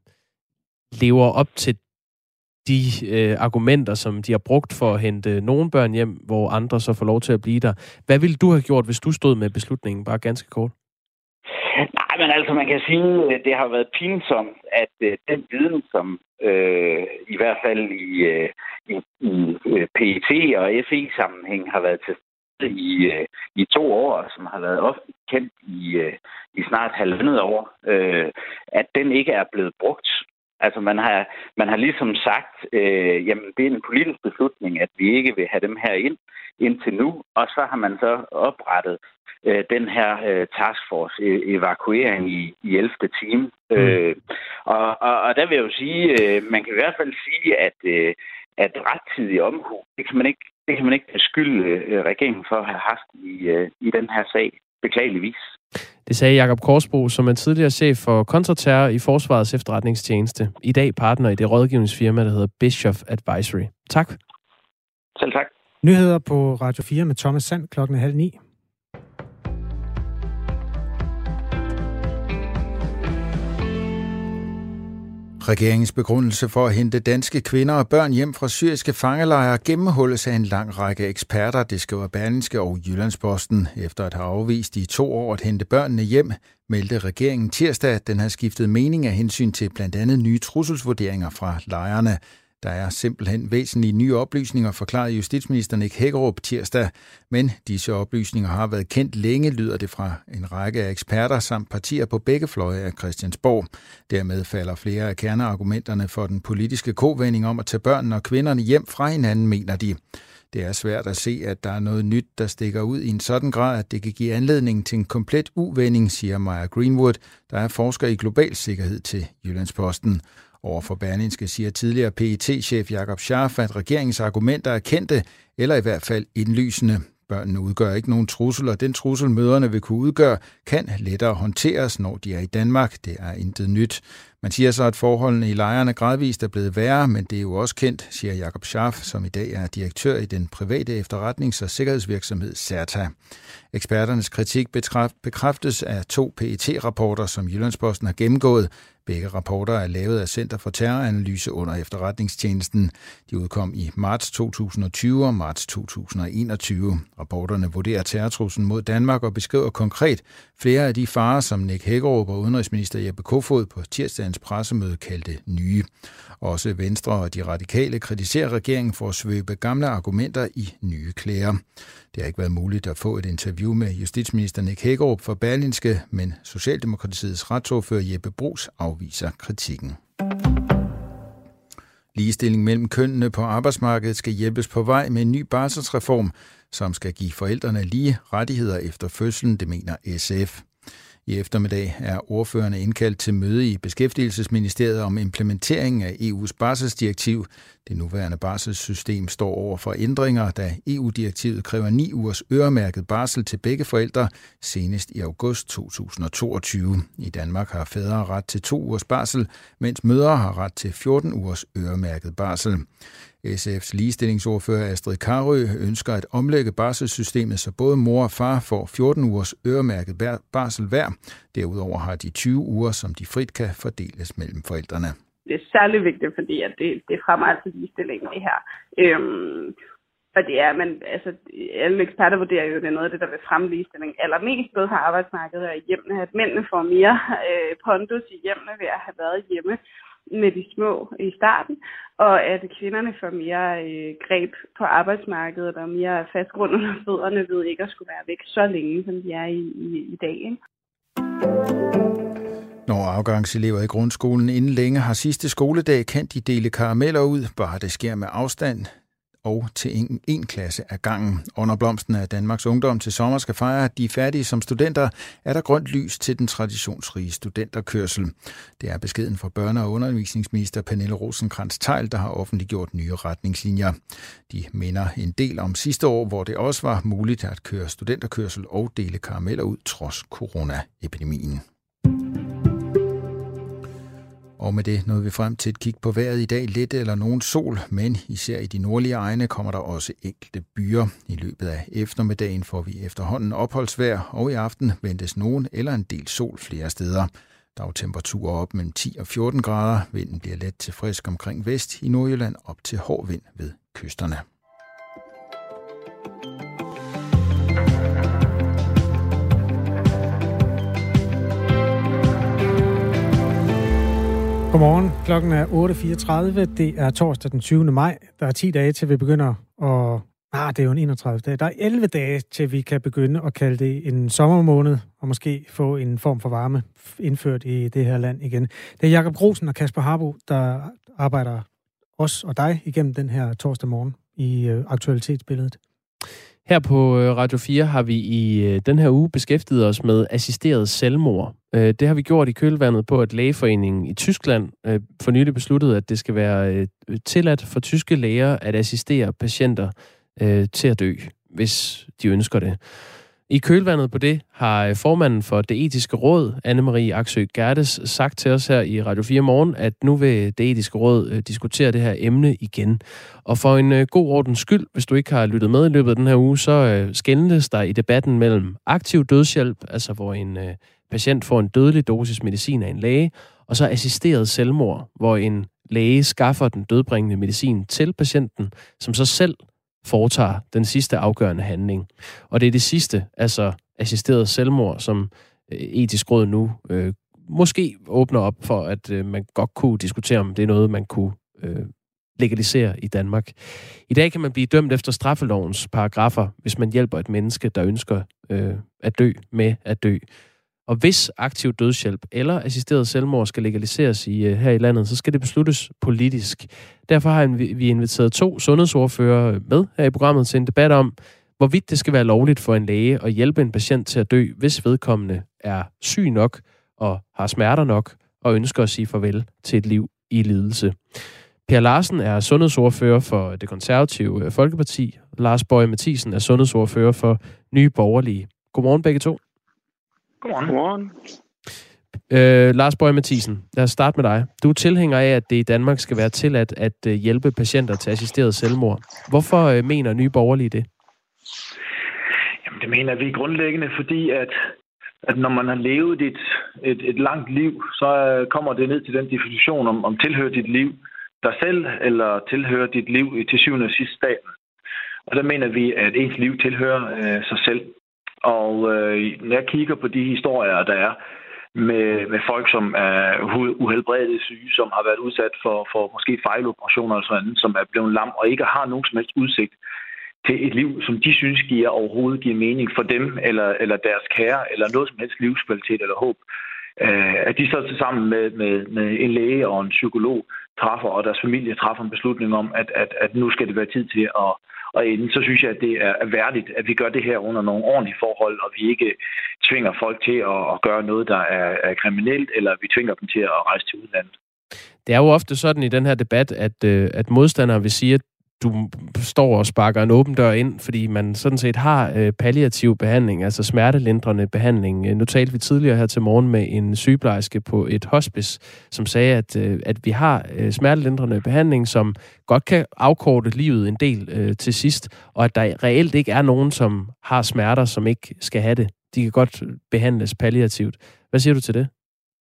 lever op til de øh, argumenter, som de har brugt for at hente nogle børn hjem, hvor andre så får lov til at blive der. Hvad ville du have gjort, hvis du stod med beslutningen? Bare ganske kort. Nej, men altså man kan sige, at det har været pinsomt, at øh, den viden, som øh, i hvert fald i, øh, i, i P E T og F E-sammenhæng har været til i, i to år, som har været offentligt kendt i, i snart halvandet år, øh, at den ikke er blevet brugt. Altså man har, man har ligesom sagt, øh, jamen det er en politisk beslutning, at vi ikke vil have dem her ind indtil nu, og så har man så oprettet øh, den her øh, taskforce evakuering i, i ellevte time. Mm. Øh, og, og, og der vil jeg jo sige, øh, man kan i hvert fald sige, at, øh, at rettidig omhu, det kan man ikke Det kan man ikke beskylde øh, regeringen for at have haft i, øh, i den her sag, beklageligvis. Det sagde Jakob Korsbro, som er tidligere chef for kontraterror i Forsvarets Efterretningstjeneste. I dag partner i det rådgivningsfirma, der hedder Bischoff Advisory. Tak. Selv tak. Nyheder på Radio fire med Thomas Sand klokken halv ni. Regeringens begrundelse for at hente danske kvinder og børn hjem fra syriske fangelejre gennemhulles af en lang række eksperter, det skriver Berlingske og Jyllandsposten. Efter at have afvist i to år at hente børnene hjem, meldte regeringen tirsdag, at den har skiftet mening af hensyn til blandt andet nye trusselsvurderinger fra lejrene. Der er simpelthen væsentlige nye oplysninger, forklarede justitsminister Nick Hækkerup tirsdag. Men disse oplysninger har været kendt længe, lyder det fra en række af eksperter samt partier på begge fløje af Christiansborg. Dermed falder flere af kerneargumenterne for den politiske kovending om at tage børnene og kvinderne hjem fra hinanden, mener de. Det er svært at se, at der er noget nyt, der stikker ud i en sådan grad, at det kan give anledning til en komplet uvending, siger Maja Greenwood, der er forsker i global sikkerhed til Jyllandsposten. Overfor Berlingske siger tidligere P E T-chef Jakob Scharf, at regeringens argumenter er kendte, eller i hvert fald indlysende. Børnene udgør ikke nogen trussel, og den trussel mødrene vil kunne udgøre, kan lettere håndteres, når de er i Danmark. Det er intet nyt. Man siger så, at forholdene i lejrene gradvist er blevet værre, men det er jo også kendt, siger Jakob Scharf, som i dag er direktør i den private efterretnings- og sikkerhedsvirksomhed CERTA. Eksperternes kritik bekræftes af to P E T-rapporter, som Jyllandsposten har gennemgået. Begge rapporter er lavet af Center for Terroranalyse under efterretningstjenesten. De udkom i marts to tusind og tyve og marts to tusind og enogtyve. Rapporterne vurderer terrortruslen mod Danmark og beskriver konkret flere af de farer, som Nick Hækkerup og udenrigsminister Jeppe Kofod på tirsdagens pressemøde kaldte nye. Også Venstre og de radikale kritiserer regeringen for at svøbe gamle argumenter i nye klæder. Det har ikke været muligt at få et interview med justitsminister Nick Hækkerup for Berlingske, men Socialdemokratiets retsordfører Jeppe Bruus afviser kritikken. Ligestilling mellem kønnene på arbejdsmarkedet skal hjælpes på vej med en ny barselsreform, som skal give forældrene lige rettigheder efter fødslen, det mener S F. I eftermiddag er ordførerne indkaldt til møde i Beskæftigelsesministeriet om implementeringen af E U's barselsdirektiv. Det nuværende barselssystem står over for ændringer, da E U-direktivet kræver ni ugers øremærket barsel til begge forældre senest i august to tusind og toogtyve. I Danmark har fædre ret til to ugers barsel, mens mødre har ret til fjorten ugers øremærket barsel. S F's ligestillingsordfører Astrid Carøe ønsker at omlægge barselssystemet, så både mor og far får fjorten ugers øremærket barsel hver. Derudover har de tyve uger, som de frit kan fordeles mellem forældrene. Det er særlig vigtigt, fordi at det, det fremmer altid ligestillingen, det her. Øhm, og det er, men altså, alle eksperter vurderer jo, at det er noget af det, der vil fremme ligestilling allermest, både på arbejdsmarkedet og i hjemmene, at mændene får mere øh, pondus i hjemmene ved at have været hjemme med de små i starten, og at kvinderne får mere øh, greb på arbejdsmarkedet og mere fast grund under fødderne ved ikke at skulle være væk så længe, som de er i, i, i dag. Ikke? Når afgangselever i grundskolen inden længe har sidste skoledag, kan de dele karameller ud, bare det sker med afstand og til en, en klasse ad gangen. Under blomsten af Danmarks Ungdom til sommer skal fejre, at de er færdige som studenter, er der grønt lys til den traditionsrige studenterkørsel. Det er beskeden fra børne- og undervisningsminister Pernille Rosenkrantz-Theil, der har offentliggjort nye retningslinjer. De minder en del om sidste år, hvor det også var muligt at køre studenterkørsel og dele karameller ud trods coronaepidemien. Og med det nåede vi frem til et kig på vejret i dag. Lidt eller nogen sol, men især i de nordlige egne kommer der også enkelte byer. I løbet af eftermiddagen får vi efterhånden opholdsvejr, og i aften ventes nogen eller en del sol flere steder. Der er temperaturer op mellem ti og fjorten grader. Vinden bliver let til frisk omkring vest, i Nordjylland op til hård vind ved kysterne. Godmorgen. Klokken er otte fireogtredive. Det er torsdag den tyvende maj. Der er ti dage til vi begynder at... Ah, det er jo en enogtredivte dag. Der er elleve dage til vi kan begynde at kalde det en sommermåned, og måske få en form for varme indført i det her land igen. Det er Jakob Grosen og Kasper Harbo, der arbejder os og dig igennem den her torsdag morgen i øh, aktualitetsbilledet. Her på Radio fire har vi i den her uge beskæftiget os med assisteret selvmord. Det har vi gjort i kølvandet på, at Lægeforeningen i Tyskland for nylig besluttede, at det skal være tilladt for tyske læger at assistere patienter til at dø, hvis de ønsker det. I kølvandet på det har formanden for Det Etiske Råd, Anne-Marie Aksø Gerdes, sagt til os her i Radio fire Morgen, at nu vil Det Etiske Råd diskutere det her emne igen. Og for en god ordens skyld, hvis du ikke har lyttet med i løbet af den her uge, så skelnes der i debatten mellem aktiv dødshjælp, altså hvor en patient får en dødelig dosis medicin af en læge, Og så assisteret selvmord, hvor en læge skaffer den dødbringende medicin til patienten, som så selv foretager den sidste afgørende handling. Og det er det sidste, altså assisteret selvmord, som øh, etisk råd nu øh, måske åbner op for, at øh, man godt kunne diskutere, om det er noget, man kunne øh, legalisere i Danmark. I dag kan man blive dømt efter straffelovens paragrafer, hvis man hjælper et menneske, der ønsker øh, at dø med at dø. Og hvis aktiv dødshjælp eller assisteret selvmord skal legaliseres i, uh, her i landet, så skal det besluttes politisk. Derfor har vi inviteret to sundhedsordførere med her i programmet til en debat om, hvorvidt det skal være lovligt for en læge at hjælpe en patient til at dø, hvis vedkommende er syg nok og har smerter nok og ønsker at sige farvel til et liv i lidelse. Per Larsen er sundhedsordfører for Det Konservative Folkeparti. Lars Boje Mathiesen er sundhedsordfører for Nye Borgerlige. Godmorgen begge to. Godmorgen. Godmorgen. Øh, Lars Boje Mathiesen, lad os starte med dig. Du er tilhænger af, at det i Danmark skal være tilladt at uh, hjælpe patienter til assisteret selvmord. Hvorfor uh, mener Nye Borgerlige det? Jamen, det mener vi grundlæggende, fordi at, at når man har levet et, et, et langt liv, så uh, kommer det ned til den definition om, om tilhører dit liv dig selv, eller tilhører dit liv til syvende og sidste staten. Og der mener vi, at ens liv tilhører uh, sig selv. Og øh, når jeg kigger på de historier, der er med, med folk, som er uhelbredeligt syge, som har været udsat for, for måske fejloperationer eller sådan noget, som er blevet lam og ikke har nogen som helst udsigt til et liv, som de synes giver overhovedet giver mening for dem eller, eller deres kære, eller noget som helst livskvalitet eller håb, øh, at de så sammen med, med, med en læge og en psykolog træffer, og deres familie træffer en beslutning om, at, at, at nu skal det være tid til at Og inden, så synes jeg, at det er værdigt, at vi gør det her under nogle ordentlige forhold, og vi ikke tvinger folk til at, at gøre noget, der er, er kriminelt, eller vi tvinger dem til at rejse til udlandet. Det er jo ofte sådan i den her debat, at, at modstandere vil sige, at du står og sparker en åben dør ind, fordi man sådan set har øh, palliativ behandling, altså smertelindrende behandling. Nu talte vi tidligere her til morgen med en sygeplejerske på et hospice, som sagde, at, øh, at vi har øh, smertelindrende behandling, som godt kan afkorte livet en del øh, til sidst, og at der reelt ikke er nogen, som har smerter, som ikke skal have det. De kan godt behandles palliativt. Hvad siger du til det?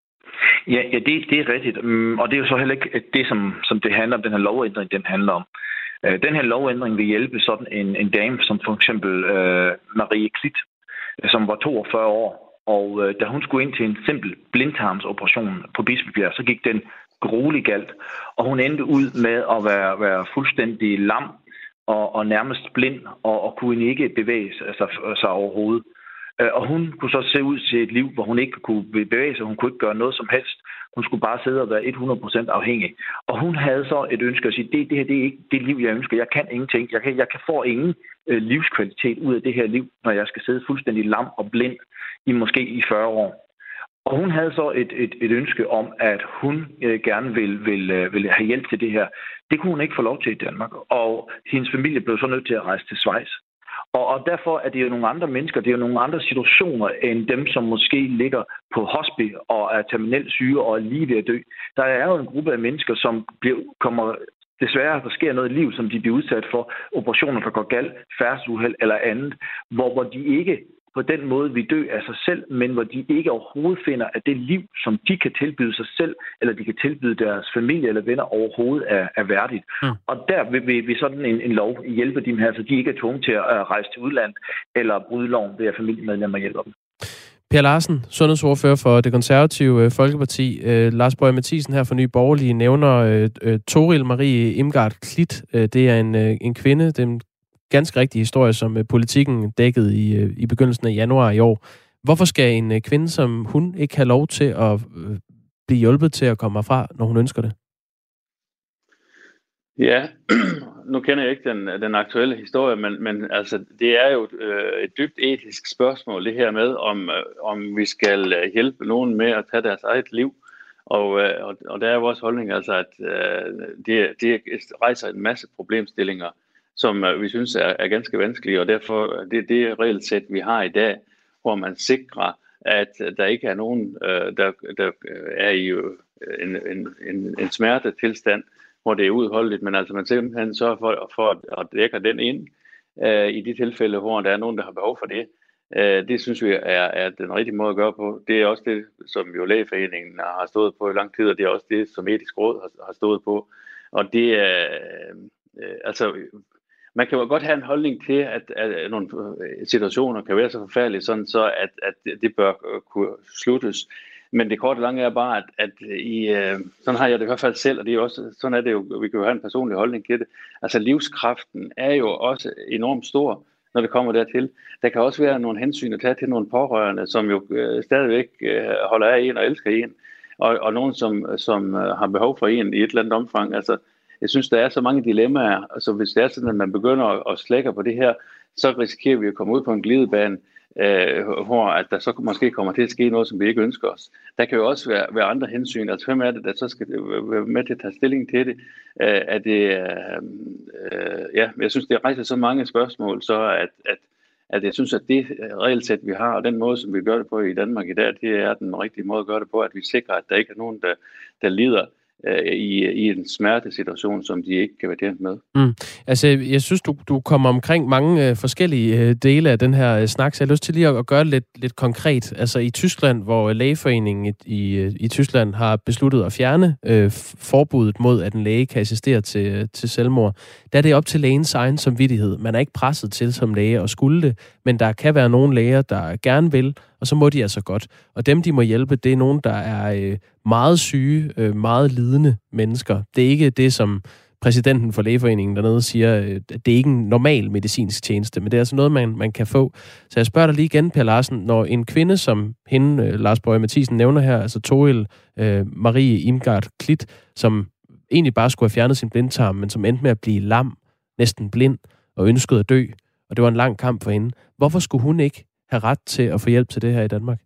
Ja, ja det, det er rigtigt. Og det er jo så heller ikke det, som, som det handler om, den her lovændring, den handler om. Den her lovændring vil hjælpe sådan en, en dame, som for eksempel øh, Marie Klit, som var toogfyrre år, og øh, da hun skulle ind til en simpel blindtarmsoperation på Bispebjerg, så gik den grueligt galt, og hun endte ud med at være, være fuldstændig lam og, og nærmest blind, og, og kunne ikke bevæge sig, altså, sig overhovedet. Og hun kunne så se ud til et liv, hvor hun ikke kunne bevæge sig, hun kunne ikke gøre noget som helst. Hun skulle bare sidde og være hundrede procent afhængig. Og hun havde så et ønske at sige, det, det her det er ikke det liv, jeg ønsker. Jeg kan ingenting. Jeg kan, jeg kan få ingen øh, livskvalitet ud af det her liv, når jeg skal sidde fuldstændig lam og blind i måske i fyrre år. Og hun havde så et, et, et ønske om, at hun øh, gerne ville, ville, ville have hjælp til det her. Det kunne hun ikke få lov til i Danmark. Og hendes familie blev så nødt til at rejse til Schweiz. Og, og derfor er det jo nogle andre mennesker, det er jo nogle andre situationer, end dem, som måske ligger på hospice og er terminelt syge og er lige ved at dø. Der er jo en gruppe af mennesker, som bliver, kommer desværre, der sker noget i livet, som de bliver udsat for, operationer, der går galt, færdsuheld eller andet, hvor, hvor de ikke på den måde vil dø af sig selv, men hvor de ikke overhovedet finder, at det liv, som de kan tilbyde sig selv, eller de kan tilbyde deres familie eller venner, overhovedet er, er værdigt. Mm. Og der vil, vil, vil sådan en, en lov hjælpe dem her, så de ikke er tvunget til at rejse til udlandet, eller bryde loven ved at familiemedlemmer hjælper dem. Per Larsen, sundhedsordfører for Det Konservative Folkeparti. Øh, Lars Boje Mathiesen her fra Nye Borgerlige nævner øh, Toril Marie Imgaard Klit. Øh, det er en, øh, en kvinde, den ganske rigtig historie, som Politikken dækkede i, i begyndelsen af januar i år. Hvorfor skal en kvinde som hun ikke have lov til at blive hjulpet til at komme herfra, når hun ønsker det? Ja, nu kender jeg ikke den, den aktuelle historie, men, men altså, det er jo øh, et dybt etisk spørgsmål, det her med, om, øh, om vi skal hjælpe nogen med at tage deres eget liv. Og, øh, og, og der er vores holdning, altså, at øh, det, det rejser en masse problemstillinger, som øh, vi synes er, er ganske vanskelige, og derfor det det regelsæt, vi har i dag, hvor man sikrer, at der ikke er nogen, øh, der, der er i øh, en, en, en, en smertetilstand, hvor det er udholdeligt, men altså man simpelthen sørger for, for at dække den ind øh, i de tilfælde, hvor der er nogen, der har behov for det. Øh, det synes vi er, er den rigtige måde at gøre på. Det er også det, som jo Lægeforeningen har stået på i lang tid, og det er også det, som Etisk Råd har, har stået på. Og det er, øh, altså, man kan jo godt have en holdning til, at, at nogle situationer kan være så forfærdelige, sådan så at, at det bør kunne sluttes. Men det korte og lange er bare, at, at i, øh, sådan har jeg det i hvert fald selv, og det er også, sådan er det jo, vi kan jo have en personlig holdning til det. Altså livskraften er jo også enormt stor, når det kommer dertil. Der kan også være nogle hensyn at tage til nogle pårørende, som jo øh, stadigvæk øh, holder af en og elsker en, og, og nogen, som, som øh, har behov for en i et eller andet omfang. Altså, jeg synes, der er så mange dilemmaer, altså hvis det er sådan, at man begynder at, at slække på det her, så risikerer vi at komme ud på en glidebane, øh, hvor at der så måske kommer til at ske noget, som vi ikke ønsker os. Der kan jo også være, være andre hensyn. Altså hvem er det, der så skal være med til at tage stilling til det? Øh, er det øh, øh, ja, jeg synes, det rejser så mange spørgsmål, så at, at, at jeg synes, at det regelsæt, vi har, og den måde, som vi gør det på i Danmark i dag, det er den rigtige måde at gøre det på, at vi sikrer, at der ikke er nogen, der, der lider I, i en smertesituation, som de ikke kan være tjent med. Mm. Altså, jeg synes, du, du kommer omkring mange øh, forskellige øh, dele af den her øh, snak, så jeg har lyst til lige at, at gøre det lidt, lidt konkret. Altså, i Tyskland, hvor Lægeforeningen i, i, i Tyskland har besluttet at fjerne øh, forbuddet mod, at en læge kan assistere til, til selvmord, der er det op til lægens egen samvittighed. Man er ikke presset til som læge at skulle det, men der kan være nogle læger, der gerne vil, og så må de altså godt. Og dem, de må hjælpe, det er nogen, der er øh, meget syge, øh, meget lidende mennesker. Det er ikke det, som præsidenten for Lægeforeningen dernede siger, øh, det er ikke en normal medicinsk tjeneste, men det er altså noget, man, man kan få. Så jeg spørger dig lige igen, Per Larsen, når en kvinde, som hende, øh, Lars Boje Mathiesen, nævner her, altså Toril øh, Marie Imgard Klit, som egentlig bare skulle have fjernet sin blindtarm, men som endte med at blive lam, næsten blind, og ønskede at dø, og det var en lang kamp for hende. Hvorfor skulle hun ikke have ret til at få hjælp til det her i Danmark?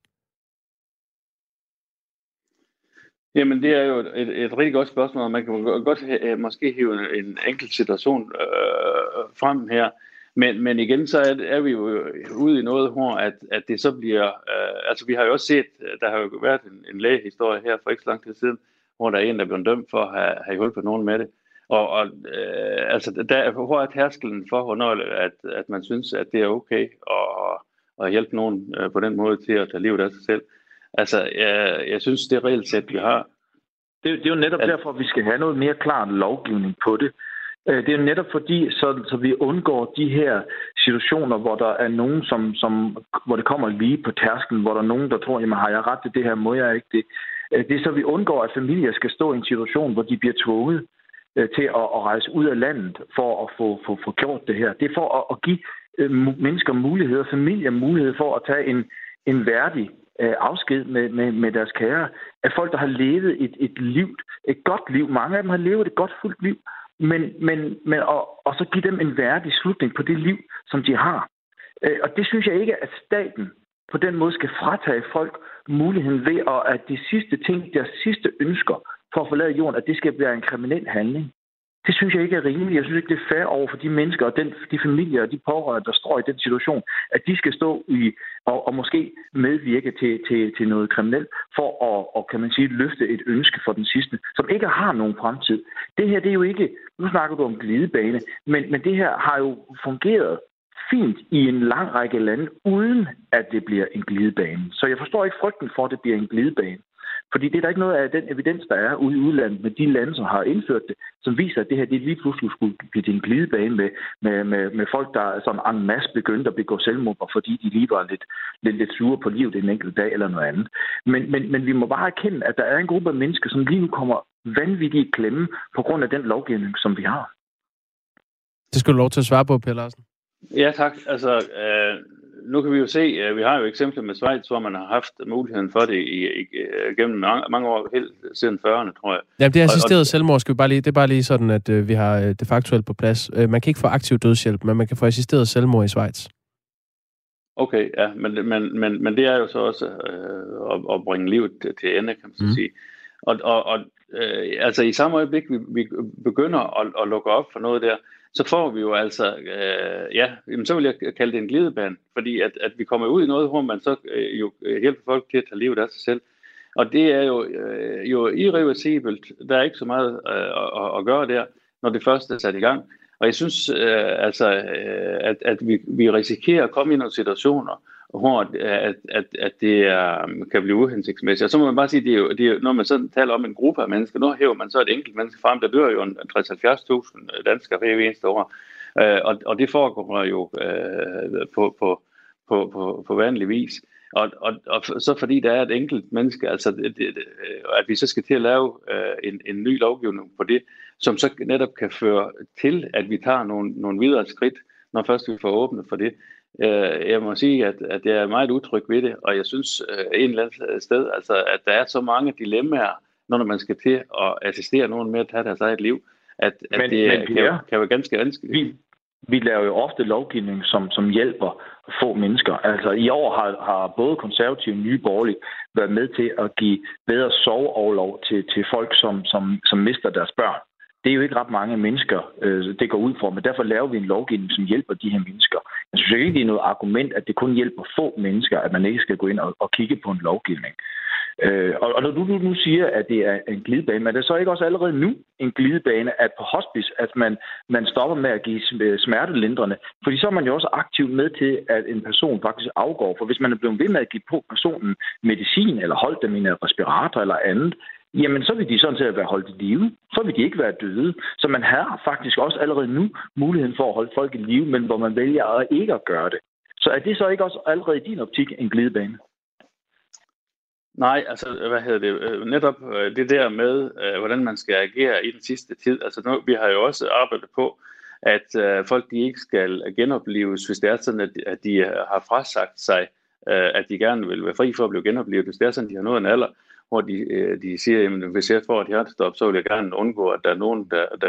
Jamen, det er jo et, et rigtig godt spørgsmål, og man kan godt uh, måske hive en enkelt situation uh, frem her, men, men igen, så er, er vi jo ude i noget, hvor at, at det så bliver, uh, altså vi har jo også set, der har jo været en, en lægehistorie her for ikke så lang tid siden, hvor der er en, der er blevet dømt for at have, have hjulpet nogen med det. Og, og uh, altså, der, hvor er tærskelen for, hvornår at, at man synes, at det er okay at, at hjælpe nogen uh, på den måde til at tage livet af sig selv. Altså, jeg, jeg synes, det regelsæt, vi har. Det, det er jo netop at... derfor, at vi skal have noget mere klar lovgivning på det. Det er jo netop fordi, så, så vi undgår de her situationer, hvor der er nogen, som, som, hvor det kommer lige på tærsklen, hvor der er nogen, der tror, jamen har jeg ret til det her, må jeg ikke det. Det er så, vi undgår, at familier skal stå i en situation, hvor de bliver tvunget til at, at rejse ud af landet for at få, få, få gjort det her. Det er for at, at give mennesker muligheder, familier mulighed for at tage en, en værdig afsked med, med, med deres kære, af folk, der har levet et, et liv, et godt liv. Mange af dem har levet et godt, fuldt liv, men, men, men og, og så give dem en værdig slutning på det liv, som de har. Og det synes jeg ikke, at staten på den måde skal fratage folk muligheden ved, og at de sidste ting, deres sidste ønsker for at forlade jorden, at det skal være en kriminel handling. Det synes jeg ikke er rimeligt. Jeg synes ikke, det er fair over for de mennesker og den, de familier og de pårørende, der står i den situation, at de skal stå i og, og måske medvirke til, til, til noget kriminelt for at og, kan man sige, løfte et ønske for den sidste, som ikke har nogen fremtid. Det her, det er jo ikke, nu snakker du om glidebane, men, men det her har jo fungeret fint i en lang række lande, uden at det bliver en glidebane. Så jeg forstår ikke frygten for, at det bliver en glidebane. Fordi det er der ikke noget af den evidens, der er ude i udlandet med de lande, som har indført det, som viser, at det her det lige pludselig skulle blive en glidebane med, med, med, med folk, der sådan en masse begyndte at begå selvmord, fordi de lige var lidt, lidt, lidt sure på livet en enkelt dag eller noget andet. Men, men, men vi må bare erkende, at der er en gruppe af mennesker, som lige nu kommer vanvittigt i klemme på grund af den lovgivning, som vi har. Det skal du lov til at svare på, Per Larsen. Ja, tak. Altså, øh, nu kan vi jo se, at vi har jo eksempler med Schweiz, hvor man har haft muligheden for det i, i, gennem mange, mange år, helt siden fyrrerne, tror jeg. Ja, det er assisteret selvmord, skal vi bare lige, det er bare lige sådan, at øh, vi har øh, det faktuelt på plads. Øh, man kan ikke få aktiv dødshjælp, men man kan få assisteret selvmord i Schweiz. Okay, ja, men, men, men, men det er jo så også øh, at, at bringe livet til, til ende, kan man så mm. sige. Og, og, og øh, altså i samme øjeblik, vi, vi begynder at, at lukke op for noget der, så får vi jo altså, øh, ja, jamen, så vil jeg kalde det en glidebane, fordi at, at vi kommer ud i noget, hvor man så øh, jo hjælper folk til at tage livet af sig selv. Og det er jo, øh, jo irreversibelt. Der er ikke så meget øh, at, at gøre der, når det først er sat i gang. Og jeg synes øh, altså, øh, at, at vi, vi risikerer at komme i nogle situationer, hvor at, at, at det er, kan blive uhensigtsmæssigt. Og så må man bare sige, det er jo, det er jo, når man så taler om en gruppe af mennesker, nu hæver man så et enkelt menneske frem, der dør jo tres til halvfjerds tusind danskere hver eneste år. Øh, og, og det foregår jo øh, på, på, på, på, på vanlig vis. Og, og, og så fordi der er et enkelt menneske, altså det, det, at vi så skal til at lave øh, en, en ny lovgivning på det, som så netop kan føre til, at vi tager nogle, nogle videre skridt, når først vi får åbnet for det. Øh, jeg må sige, at, at jeg er meget utryg ved det, og jeg synes øh, en eller anden sted, altså, at der er så mange dilemmaer, når man skal til at assistere nogen med at tage deres eget liv, at, at men, det men, kan, ja. kan være ganske vanskeligt. Vi, vi laver jo ofte lovgivning, som, som hjælper få mennesker. Altså i år har, har både Konservative og Nye Borgerlige været med til at give bedre sorgorlov til, til folk, som, som, som mister deres børn. Det er jo ikke ret mange mennesker, øh, det går ud for, men derfor laver vi en lovgivning, som hjælper de her mennesker. Jeg synes ikke, det er noget argument, at det kun hjælper få mennesker, at man ikke skal gå ind og, og kigge på en lovgivning. Øh, og, og når du nu siger, at det er en glidebane, men det er så ikke også allerede nu en glidebane, at på hospice, at man, man stopper med at give smertelindrende, fordi så er man jo også aktivt med til, at en person faktisk afgår. For hvis man er blevet ved med at give på personen medicin, eller holdt dem i en respirator eller andet, jamen så vil de sådan set være holdt i live. Så vil de ikke være døde. Så man har faktisk også allerede nu muligheden for at holde folk i live, men hvor man vælger at ikke at gøre det. Så er det så ikke også allerede i din optik en glidebane? Nej, altså, hvad hedder det? Netop det der med, hvordan man skal agere i den sidste tid. Altså, nu, vi har jo også arbejdet på, at uh, folk de ikke skal genopleves, hvis det er sådan, at, at de har frasagt sig, uh, at de gerne vil være fri for at blive genoplevet. Hvis det er sådan, at de har nået en alder, hvor de, de siger, at hvis jeg får et hjertestop, så vil jeg gerne undgå, at der er nogen, der, der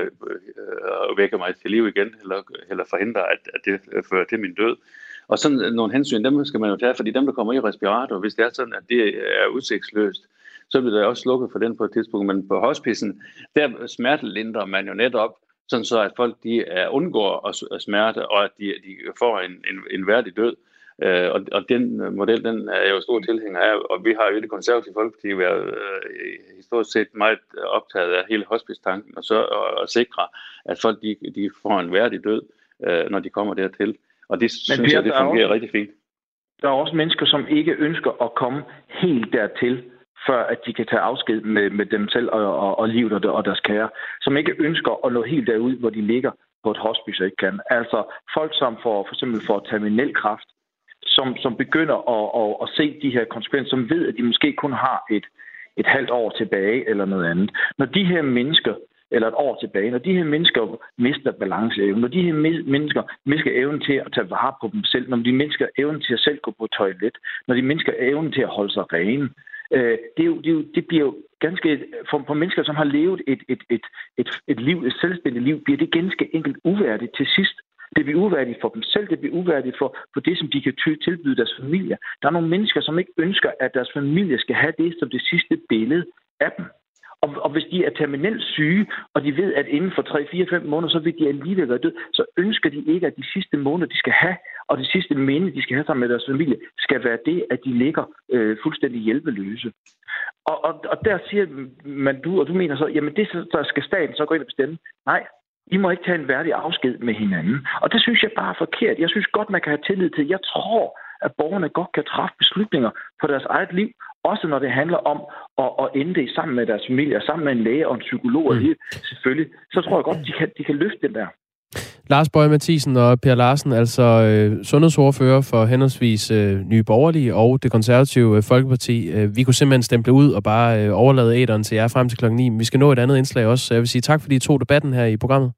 øh, vækker mig til liv igen, eller, eller forhindrer, at, at det fører til min død. Og sådan nogle hensyn, dem skal man jo tage, fordi dem, der kommer i respirator, hvis det er sådan, at det er udsigtsløst, så bliver der også slukket for den på et tidspunkt. Men på hospicen, der smertelindrer man jo netop, sådan så at folk de er, undgår at smerte, og at de, de får en, en, en værdig død. Uh, og, og den model, den er jeg jo stor tilhænger af, og vi har jo i det konservative folkeparti været uh, historisk set meget optaget af hele hospice-tanken, og så at sikre, at folk de, de får en værdig død, uh, når de kommer dertil. Og det Men synes Per, jeg, det fungerer også, rigtig fint. Der er også mennesker, som ikke ønsker at komme helt dertil, før at de kan tage afsked med, med dem selv og, og, og livet og, og deres kære, som ikke ønsker at nå helt derud, hvor de ligger på et hospice og ikke kan. Altså folk, som får, for eksempel får terminel kræft, Som, som begynder at, at, at se de her konsekvenser, som ved, at de måske kun har et, et halvt år tilbage eller noget andet. Når de her mennesker, eller et år tilbage, når de her mennesker mister balanceevnen, når de her mennesker mister evnen til at tage vare på dem selv, når de mennesker evnen til at selv gå på toilet, når de mennesker evnen til at holde sig rene, øh, det, er jo, det, er jo, det bliver jo ganske, for, for mennesker, som har levet et, et, et, et, et liv, et selvstændigt liv, bliver det ganske enkelt uværdigt til sidst. Det bliver uværdigt for dem selv, det bliver uværdigt for, for det, som de kan tilbyde deres familie. Der er nogle mennesker, som ikke ønsker, at deres familie skal have det som det sidste billede af dem. Og, og hvis de er terminelt syge, og de ved, at inden for tre, fire, fem måneder, så vil de alligevel være død, så ønsker de ikke, at de sidste måneder, de skal have, og det sidste minde, de skal have sammen med deres familie, skal være det, at de ligger øh, fuldstændig hjælpeløse. Og, og, og der siger man, du, og du mener så, jamen det, der skal staten så gå ind og bestemme. Nej. I må ikke tage en værdig afsked med hinanden. Og det synes jeg bare er forkert. Jeg synes godt, man kan have tillid til. Jeg tror, at borgerne godt kan træffe beslutninger på deres eget liv, også når det handler om at, at ende det sammen med deres familie, sammen med en læge og en psykolog, mm. selvfølgelig. Så tror jeg godt, de kan, de kan løfte den der. Lars Boje Mathiesen og Per Larsen, altså øh, sundhedsordfører for henholdsvis øh, Nye Borgerlige og det konservative øh, Folkeparti. Øh, vi kunne simpelthen stemple ud og bare øh, overlade æderen til jer frem til klokken ni. Men vi skal nå et andet indslag også, så jeg vil sige tak, fordi I tog debatten her i programmet.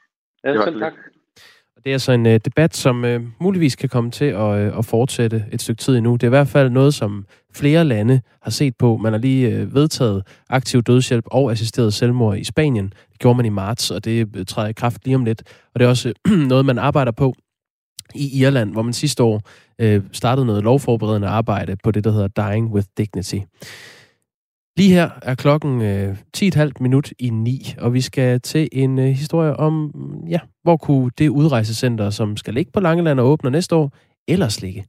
Ja, selv tak. Det er altså en øh, debat, som øh, muligvis kan komme til at, øh, at fortsætte et stykke tid endnu. Det er i hvert fald noget, som flere lande har set på. Man har lige øh, vedtaget aktiv dødshjælp og assisteret selvmord i Spanien. Det gjorde man i marts, og det øh, træder i kraft lige om lidt. Og det er også øh, noget, man arbejder på i Irland, hvor man sidste år øh, startede noget lovforberedende arbejde på det, der hedder Dying with Dignity. Lige her er klokken øh, ti komma fem minut i ni, og vi skal til en øh, historie om, ja, hvor kunne det udrejsecenter, som skal ligge på Langeland og åbner næste år, ellers ligge?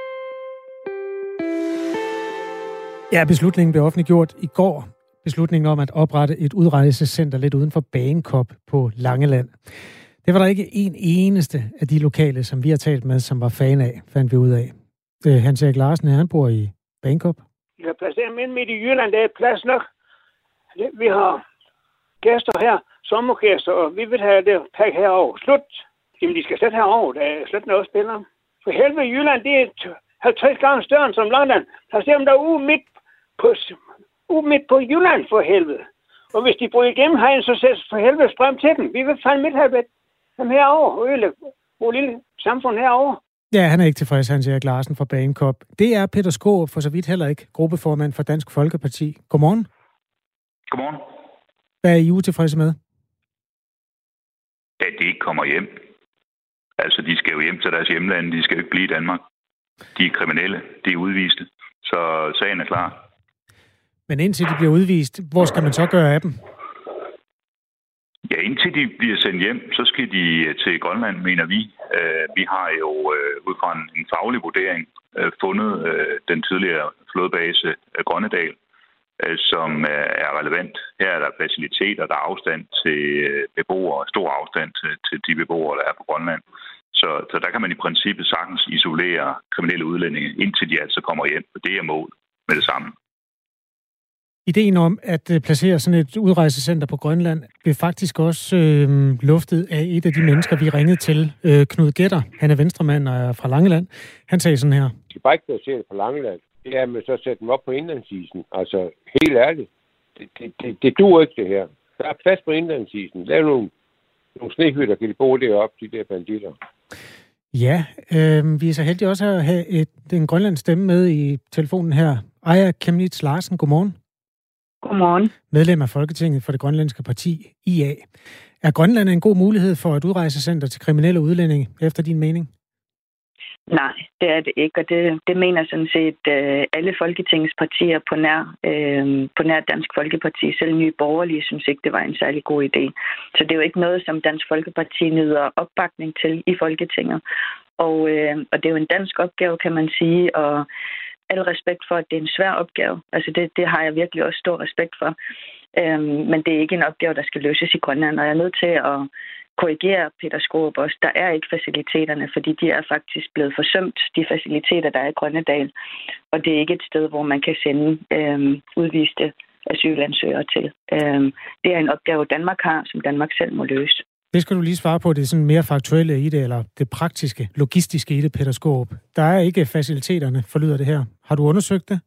Ja, beslutningen blev offentliggjort i går. Beslutningen om at oprette et udrejsecenter lidt uden for Bagenkop på Langeland. Det var der ikke en eneste af de lokale, som vi har talt med, som var fan af, fandt vi ud af. Øh, Hans Erik Larsen, han bor i Bagenkop. Vi har placeret dem ind midt i Jylland, der er plads nok. Vi har gæster her, sommergæster, og vi vil have det pakke herover. Slut. Jamen, de skal slet herover. Der er slet noget spillere. For helvede, Jylland, det er halvtreds gange større som London. Placer dem der ude midt på, ude midt på Jylland, for helvede. Og hvis de bryder igennem herind, så sættes for helvede strøm til dem. Vi vil fandme ikke have dem herover og ødelægge vores lille samfund herover. Ja, han er ikke tilfreds, Hans Erik Larsen fra Bagenkop. Det er Peter Skaarup, for så vidt heller ikke, gruppeformand for Dansk Folkeparti. Godmorgen. Godmorgen. Hvad er I utilfredse med? At de ikke kommer hjem. Altså, de skal jo hjem til deres hjemland. De skal jo ikke blive i Danmark. De er kriminelle. De er udviste. Så sagen er klar. Men indtil de bliver udvist, hvor skal man så gøre af dem? Ja, indtil de bliver sendt hjem, så skal de til Grønland, mener vi. Vi har jo ud fra en faglig vurdering fundet den tidligere flådebase Grønnedal, som er relevant. Her er der faciliteter, der er afstand til beboere, stor afstand til, til de beboere, der er på Grønland. Så, så der kan man i princippet sagtens isolere kriminelle udlændinge, indtil de altså kommer hjem. Og det er mål med det samme. Ideen om at placere sådan et udrejsecenter på Grønland blev faktisk også øh, luftet af et af de mennesker, vi ringede til. Øh, Knud Gætter, han er venstremand og er fra Langeland. Han sagde sådan her. De bare ikke placere det på Langeland. Det er med så at sætte dem op på indlandsisen. Altså, helt ærligt. Det, det, det, det duer ikke, det her. Der er plads på indlandsisen. Lav nogle, nogle snehytter, kan de bo deroppe, de der banditter. Ja, øh, vi er så heldige også at have et, en grønlandsk stemme med i telefonen her. Aya Chemnitz Larsen, godmorgen. Godmorgen. Medlem af Folketinget for det grønlandske parti I A. Er Grønland en god mulighed for et udrejsecenter til kriminelle udlændinge, efter din mening? Nej, det er det ikke, og det, det mener sådan set uh, alle Folketingets partier på nær, uh, på nær Dansk Folkeparti. Selv Nye Borgerlige synes ikke, det var en særlig god idé. Så det er jo ikke noget, som Dansk Folkeparti nyder opbakning til i Folketinget. Og, uh, og det er jo en dansk opgave, kan man sige, og al respekt for, at det er en svær opgave. Altså det, det har jeg virkelig også stor respekt for. Øhm, men det er ikke en opgave, der skal løses i Grønland, og jeg er nødt til at korrigere Peter Skaarup også. Der er ikke faciliteterne, fordi de er faktisk blevet forsømt, de faciliteter, der er i Grønnedal. Og det er ikke et sted, hvor man kan sende øhm, udviste asylansøgere til. Øhm, det er en opgave, Danmark har, som Danmark selv må løse. Det skal du lige svare på, det er sådan mere faktuelle i det, eller det praktiske, logistiske i det, Peter Skaarup. Der er ikke faciliteterne, forlyder det her. Har du undersøgt det?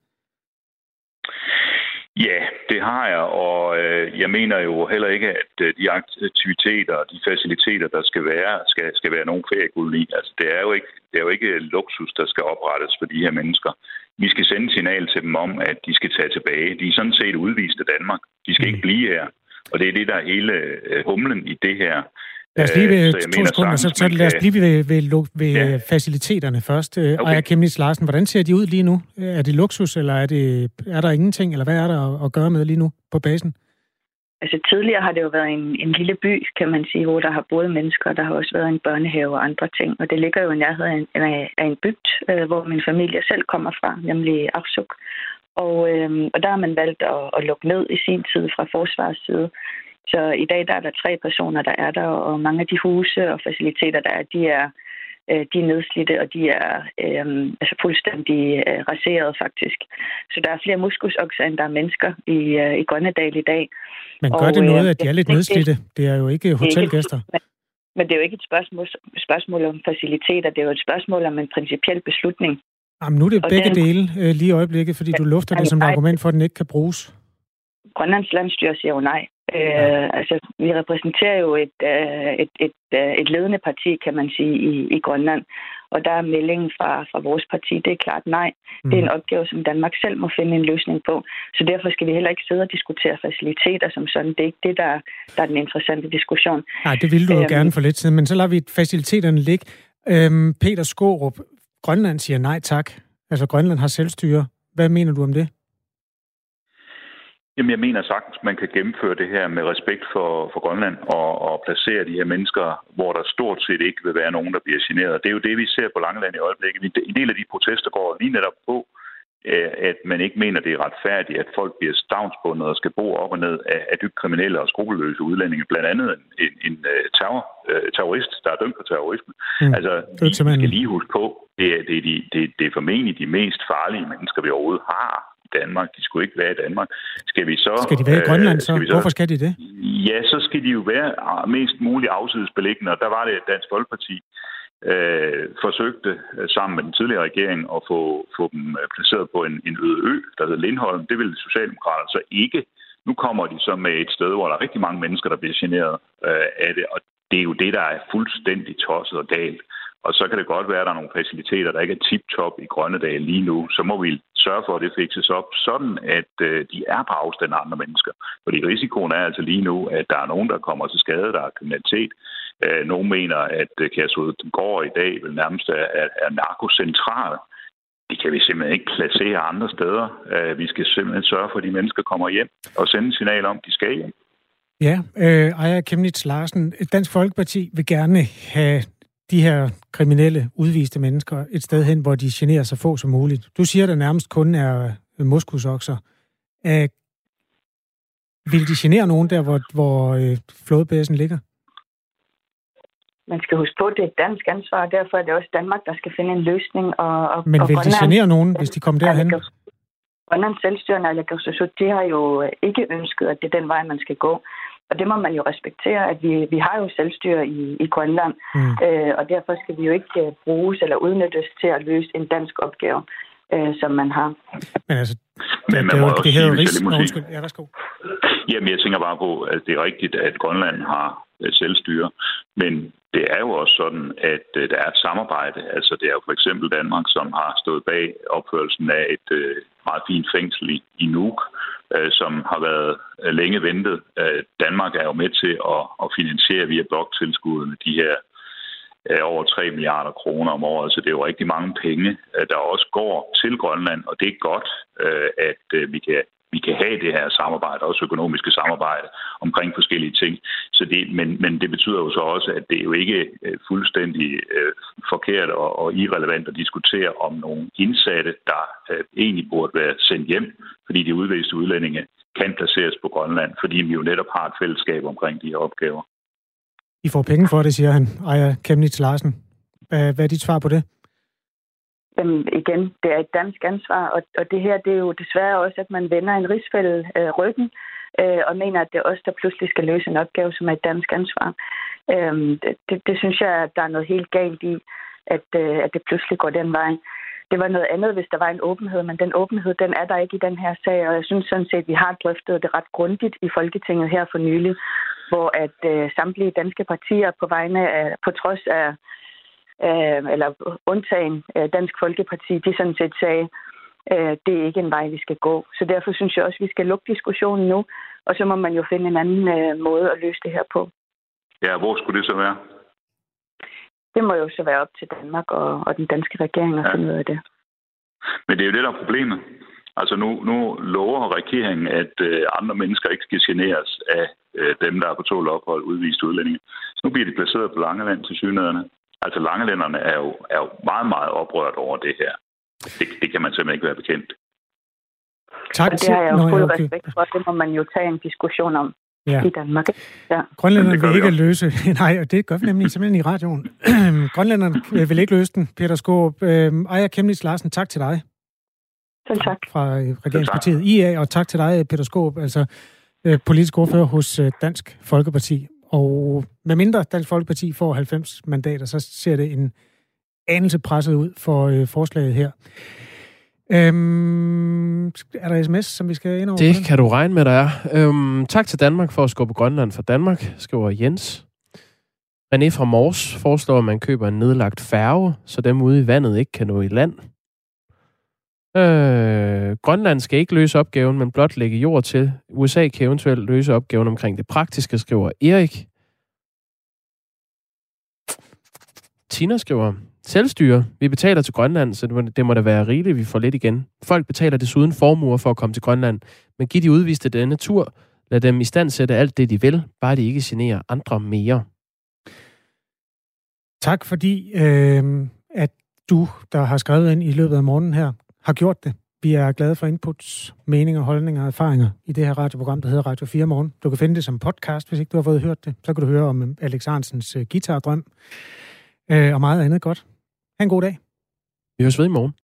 Ja, det har jeg, og øh, jeg mener jo heller ikke, at øh, de aktiviteter og de faciliteter, der skal være, skal, skal være nogen feriekoloni. Altså, det er jo ikke, det er jo ikke luksus, der skal oprettes for de her mennesker. Vi skal sende signal til dem om, at de skal tage tilbage. De er sådan set udvist af Danmark. De skal mm. ikke blive her. Og det er det, der er hele øh, humlen i det her. Lad os lige ved to mener, sekunder, så, så lad os lige ved, ved, ved ja. faciliteterne først. Okay. Aya Chemnitz Larsen, hvordan ser de ud lige nu? Er det luksus, eller er, det, er der ingenting, eller hvad er der at, at gøre med lige nu på basen? Altså tidligere har det jo været en, en lille by, kan man sige, hvor der har boet mennesker, der har også været en børnehave og andre ting. Og det ligger jo i nærheden af, af en bygd, øh, hvor min familie selv kommer fra, nemlig Arsuk. Og, øhm, og der har man valgt at, at lukke ned i sin tid fra forsvarets side. Så i dag der er der tre personer, der er der, og mange af de huse og faciliteter, der er, de er, øh, de er nedslidte, og de er øh, altså fuldstændig øh, raseret faktisk. Så der er flere muskusokser, end der er mennesker i, øh, i Grønnedal i dag. Men gør og, det noget, at de er lidt nedslidte? Det er jo ikke hotelgæster. Men, men det er jo ikke et spørgsmål, spørgsmål om faciliteter, det er jo et spørgsmål om en principiel beslutning. Jamen nu er det og begge den, dele øh, lige i øjeblikket, fordi du lufter det som et argument for, at den ikke kan bruges. Grønlands landstyre siger jo nej. Ja. Øh, altså, vi repræsenterer jo et, øh, et, et, øh, et ledende parti, kan man sige, i, i Grønland. Og der er meldingen fra, fra vores parti, det er klart nej. Mm. Det er en opgave, som Danmark selv må finde en løsning på. Så derfor skal vi heller ikke sidde og diskutere faciliteter som sådan. Det er ikke det, der, der er den interessante diskussion. Nej, det ville du jo øhm, gerne for lidt siden, men så lader vi faciliteterne ligge. Øhm, Peter Skaarup, Grønland siger nej tak. Altså, Grønland har selvstyre. Hvad mener du om det? Jamen, jeg mener sagtens, man kan gennemføre det her med respekt for, for Grønland og, og placere de her mennesker, hvor der stort set ikke vil være nogen, der bliver generet. Det er jo det, vi ser på Langeland i øjeblikket. En del af de protester går lige netop på, at man ikke mener, det er retfærdigt, at folk bliver stavnsbundet og skal bo op og ned af, af dybt kriminelle og skrupelløse udlændinge. Blandt andet en, en, en terror, terrorist, der er dømt for terrorisme. Mm. Altså, vi skal lige huske på, Det er, det, er de, det, det er formentlig de mest farlige mennesker, vi overhovedet har i Danmark. De skulle ikke være i Danmark. Skal vi så... Skal de være i Grønland så? så? Hvorfor skal de det? Ja, så skal de jo være mest muligt afsidesbeliggende, og der var det Dansk Folkeparti øh, forsøgte sammen med den tidligere regering at få, få dem placeret på en, en øde ø, der hedder Lindholm. Det ville Socialdemokraterne så ikke. Nu kommer de så med et sted, hvor der er rigtig mange mennesker, der bliver generet øh, af det, og det er jo det, der er fuldstændig tosset og galt. Og så kan det godt være, at der er nogle faciliteter, der ikke er tip-top i Grønnedal lige nu. Så må vi sørge for, at det fikses op, sådan at øh, de er på afstand af andre mennesker. Fordi risikoen er altså lige nu, at der er nogen, der kommer til skade, der er kriminalitet. Øh, nogle mener, at øh, Kærshovedgård i dag vel nærmest er, er, er narkocentral. Det kan vi simpelthen ikke placere andre steder. Øh, vi skal simpelthen sørge for, at de mennesker kommer hjem og sende et signal om, at de skal hjem. Ja, øh, Aaja Chemnitz Larsen, Dansk Folkeparti vil gerne have de her kriminelle, udviste mennesker et sted hen, hvor de generer så få som muligt. Du siger, at der nærmest kun er moskusokser. Æh, vil de genere nogen der, hvor, hvor øh, flådebæsen ligger? Man skal huske på, at det er et dansk ansvar, og derfor er det også Danmark, der skal finde en løsning. Og, og, Men og vil Grønland, de genere nogen, hvis de kommer derhen? Grønlands selvstyrende, eller de har jo ikke ønsket, at det er den vej, man skal gå. Og det må man jo respektere, at vi, vi har jo selvstyre i, i Grønland, mm. øh, og derfor skal vi jo ikke uh, bruges eller udnyttes til at løse en dansk opgave, øh, som man har. Men altså, Men det, man må det, også det sige, hedder hvis jeg lige må sige. Ja, værsgo. Jamen, jeg tænker bare på, at det er rigtigt, at Grønland har selvstyre, men det er jo også sådan, at uh, der er et samarbejde. Altså, det er jo for eksempel Danmark, som har stået bag opførelsen af et uh, meget fint fængsel i, i Nuuk, uh, som har været uh, længe ventet. Uh, Danmark er jo med til at, at finansiere via bloktilskuddene de her uh, over tre milliarder kroner om året, så det er jo rigtig mange penge, uh, der også går til Grønland, og det er godt, uh, at uh, vi kan vi kan have det her samarbejde, også økonomiske samarbejde omkring forskellige ting. Så det, men, men det betyder jo så også, at det er jo ikke øh, fuldstændig øh, forkert og, og irrelevant at diskutere om nogle indsatte, der øh, egentlig burde være sendt hjem, fordi de udviste udlændinge kan placeres på Grønland, fordi vi jo netop har et fællesskab omkring de her opgaver. I får penge for det, siger han. Aaja Chemnitz Larsen. Hvad, hvad er dit svar på det? Jamen, igen, det er et dansk ansvar, og, og det her, det er jo desværre også, at man vender en rigsfælle øh, ryggen, øh, og mener, at det er os, der pludselig skal løse en opgave, som er et dansk ansvar. Øh, det, det, det synes jeg, at der er noget helt galt i, at, øh, at det pludselig går den vej. Det var noget andet, hvis der var en åbenhed, men den åbenhed, den er der ikke i den her sag, og jeg synes sådan set, at vi har drøftet det ret grundigt i Folketinget her for nylig, hvor at øh, samtlige danske partier på vegne af, på trods af Øh, eller undtagen øh, Dansk Folkeparti, de sådan set sagde, øh, det er ikke en vej, vi skal gå. Så derfor synes jeg også, at vi skal lukke diskussionen nu, og så må man jo finde en anden øh, måde at løse det her på. Ja, hvor skulle det så være? Det må jo så være op til Danmark og, og den danske regering at ja. finde ud af det. Men det er jo det, der er problemet. Altså nu, nu lover regeringen, at øh, andre mennesker ikke skal generes af øh, dem, der er på tålt ophold, udviste udlændinge. Så nu bliver de placeret på Langeland til synligheden. Altså langelænderne er jo, er jo meget, meget oprørt over det her. Det, det kan man simpelthen ikke være bekendt. Tak til... Det har jeg jo fuld okay. respekt for. Det må man jo tage en diskussion om ja. i Danmark. Ja. Grønlænderne vil ikke løse... Nej, og det gør vi nemlig simpelthen i radioen. Grønlænderne vil ikke løse den. Peter Skaarup, øh, Aaja Chemnitz Larsen, tak til dig. Selv tak. Fra regeringspartiet I A, og tak til dig, Peter Skaarup, altså øh, politisk ordfører hos øh, Dansk Folkeparti. Og medmindre Dansk Folkeparti får halvfems mandater, så ser det en anelse presset ud for øh, forslaget her. Øhm, er der sms, som vi skal ind over? Det kan du regne med, der er. Øhm, tak til Danmark for at skubbe Grønland for Danmark, skriver Jens. René fra Mors foreslår, at man køber en nedlagt færge, så dem ude i vandet ikke kan nå i land. Øh, Grønland skal ikke løse opgaven, men blot lægge jord til. U S A kan eventuelt løse opgaven omkring det praktiske, skriver Erik. Tina skriver, selvstyre. Vi betaler til Grønland, så det må, det må da være rigeligt, vi får lidt igen. Folk betaler desuden formuer for at komme til Grønland, men giv de udviste denne tur. Lad dem i stand sætte alt det, de vil, bare de ikke generer andre mere. Tak fordi, øh, at du, der har skrevet ind i løbet af morgenen her, har gjort det. Vi er glade for inputs, meninger, holdninger og erfaringer i det her radioprogram, der hedder Radio fire Morgen. Du kan finde det som podcast, hvis ikke du har fået hørt det. Så kan du høre om Alex Ahrensens uh, guitardrøm uh, og meget andet godt. Ha' en god dag. Vi høres ved i morgen.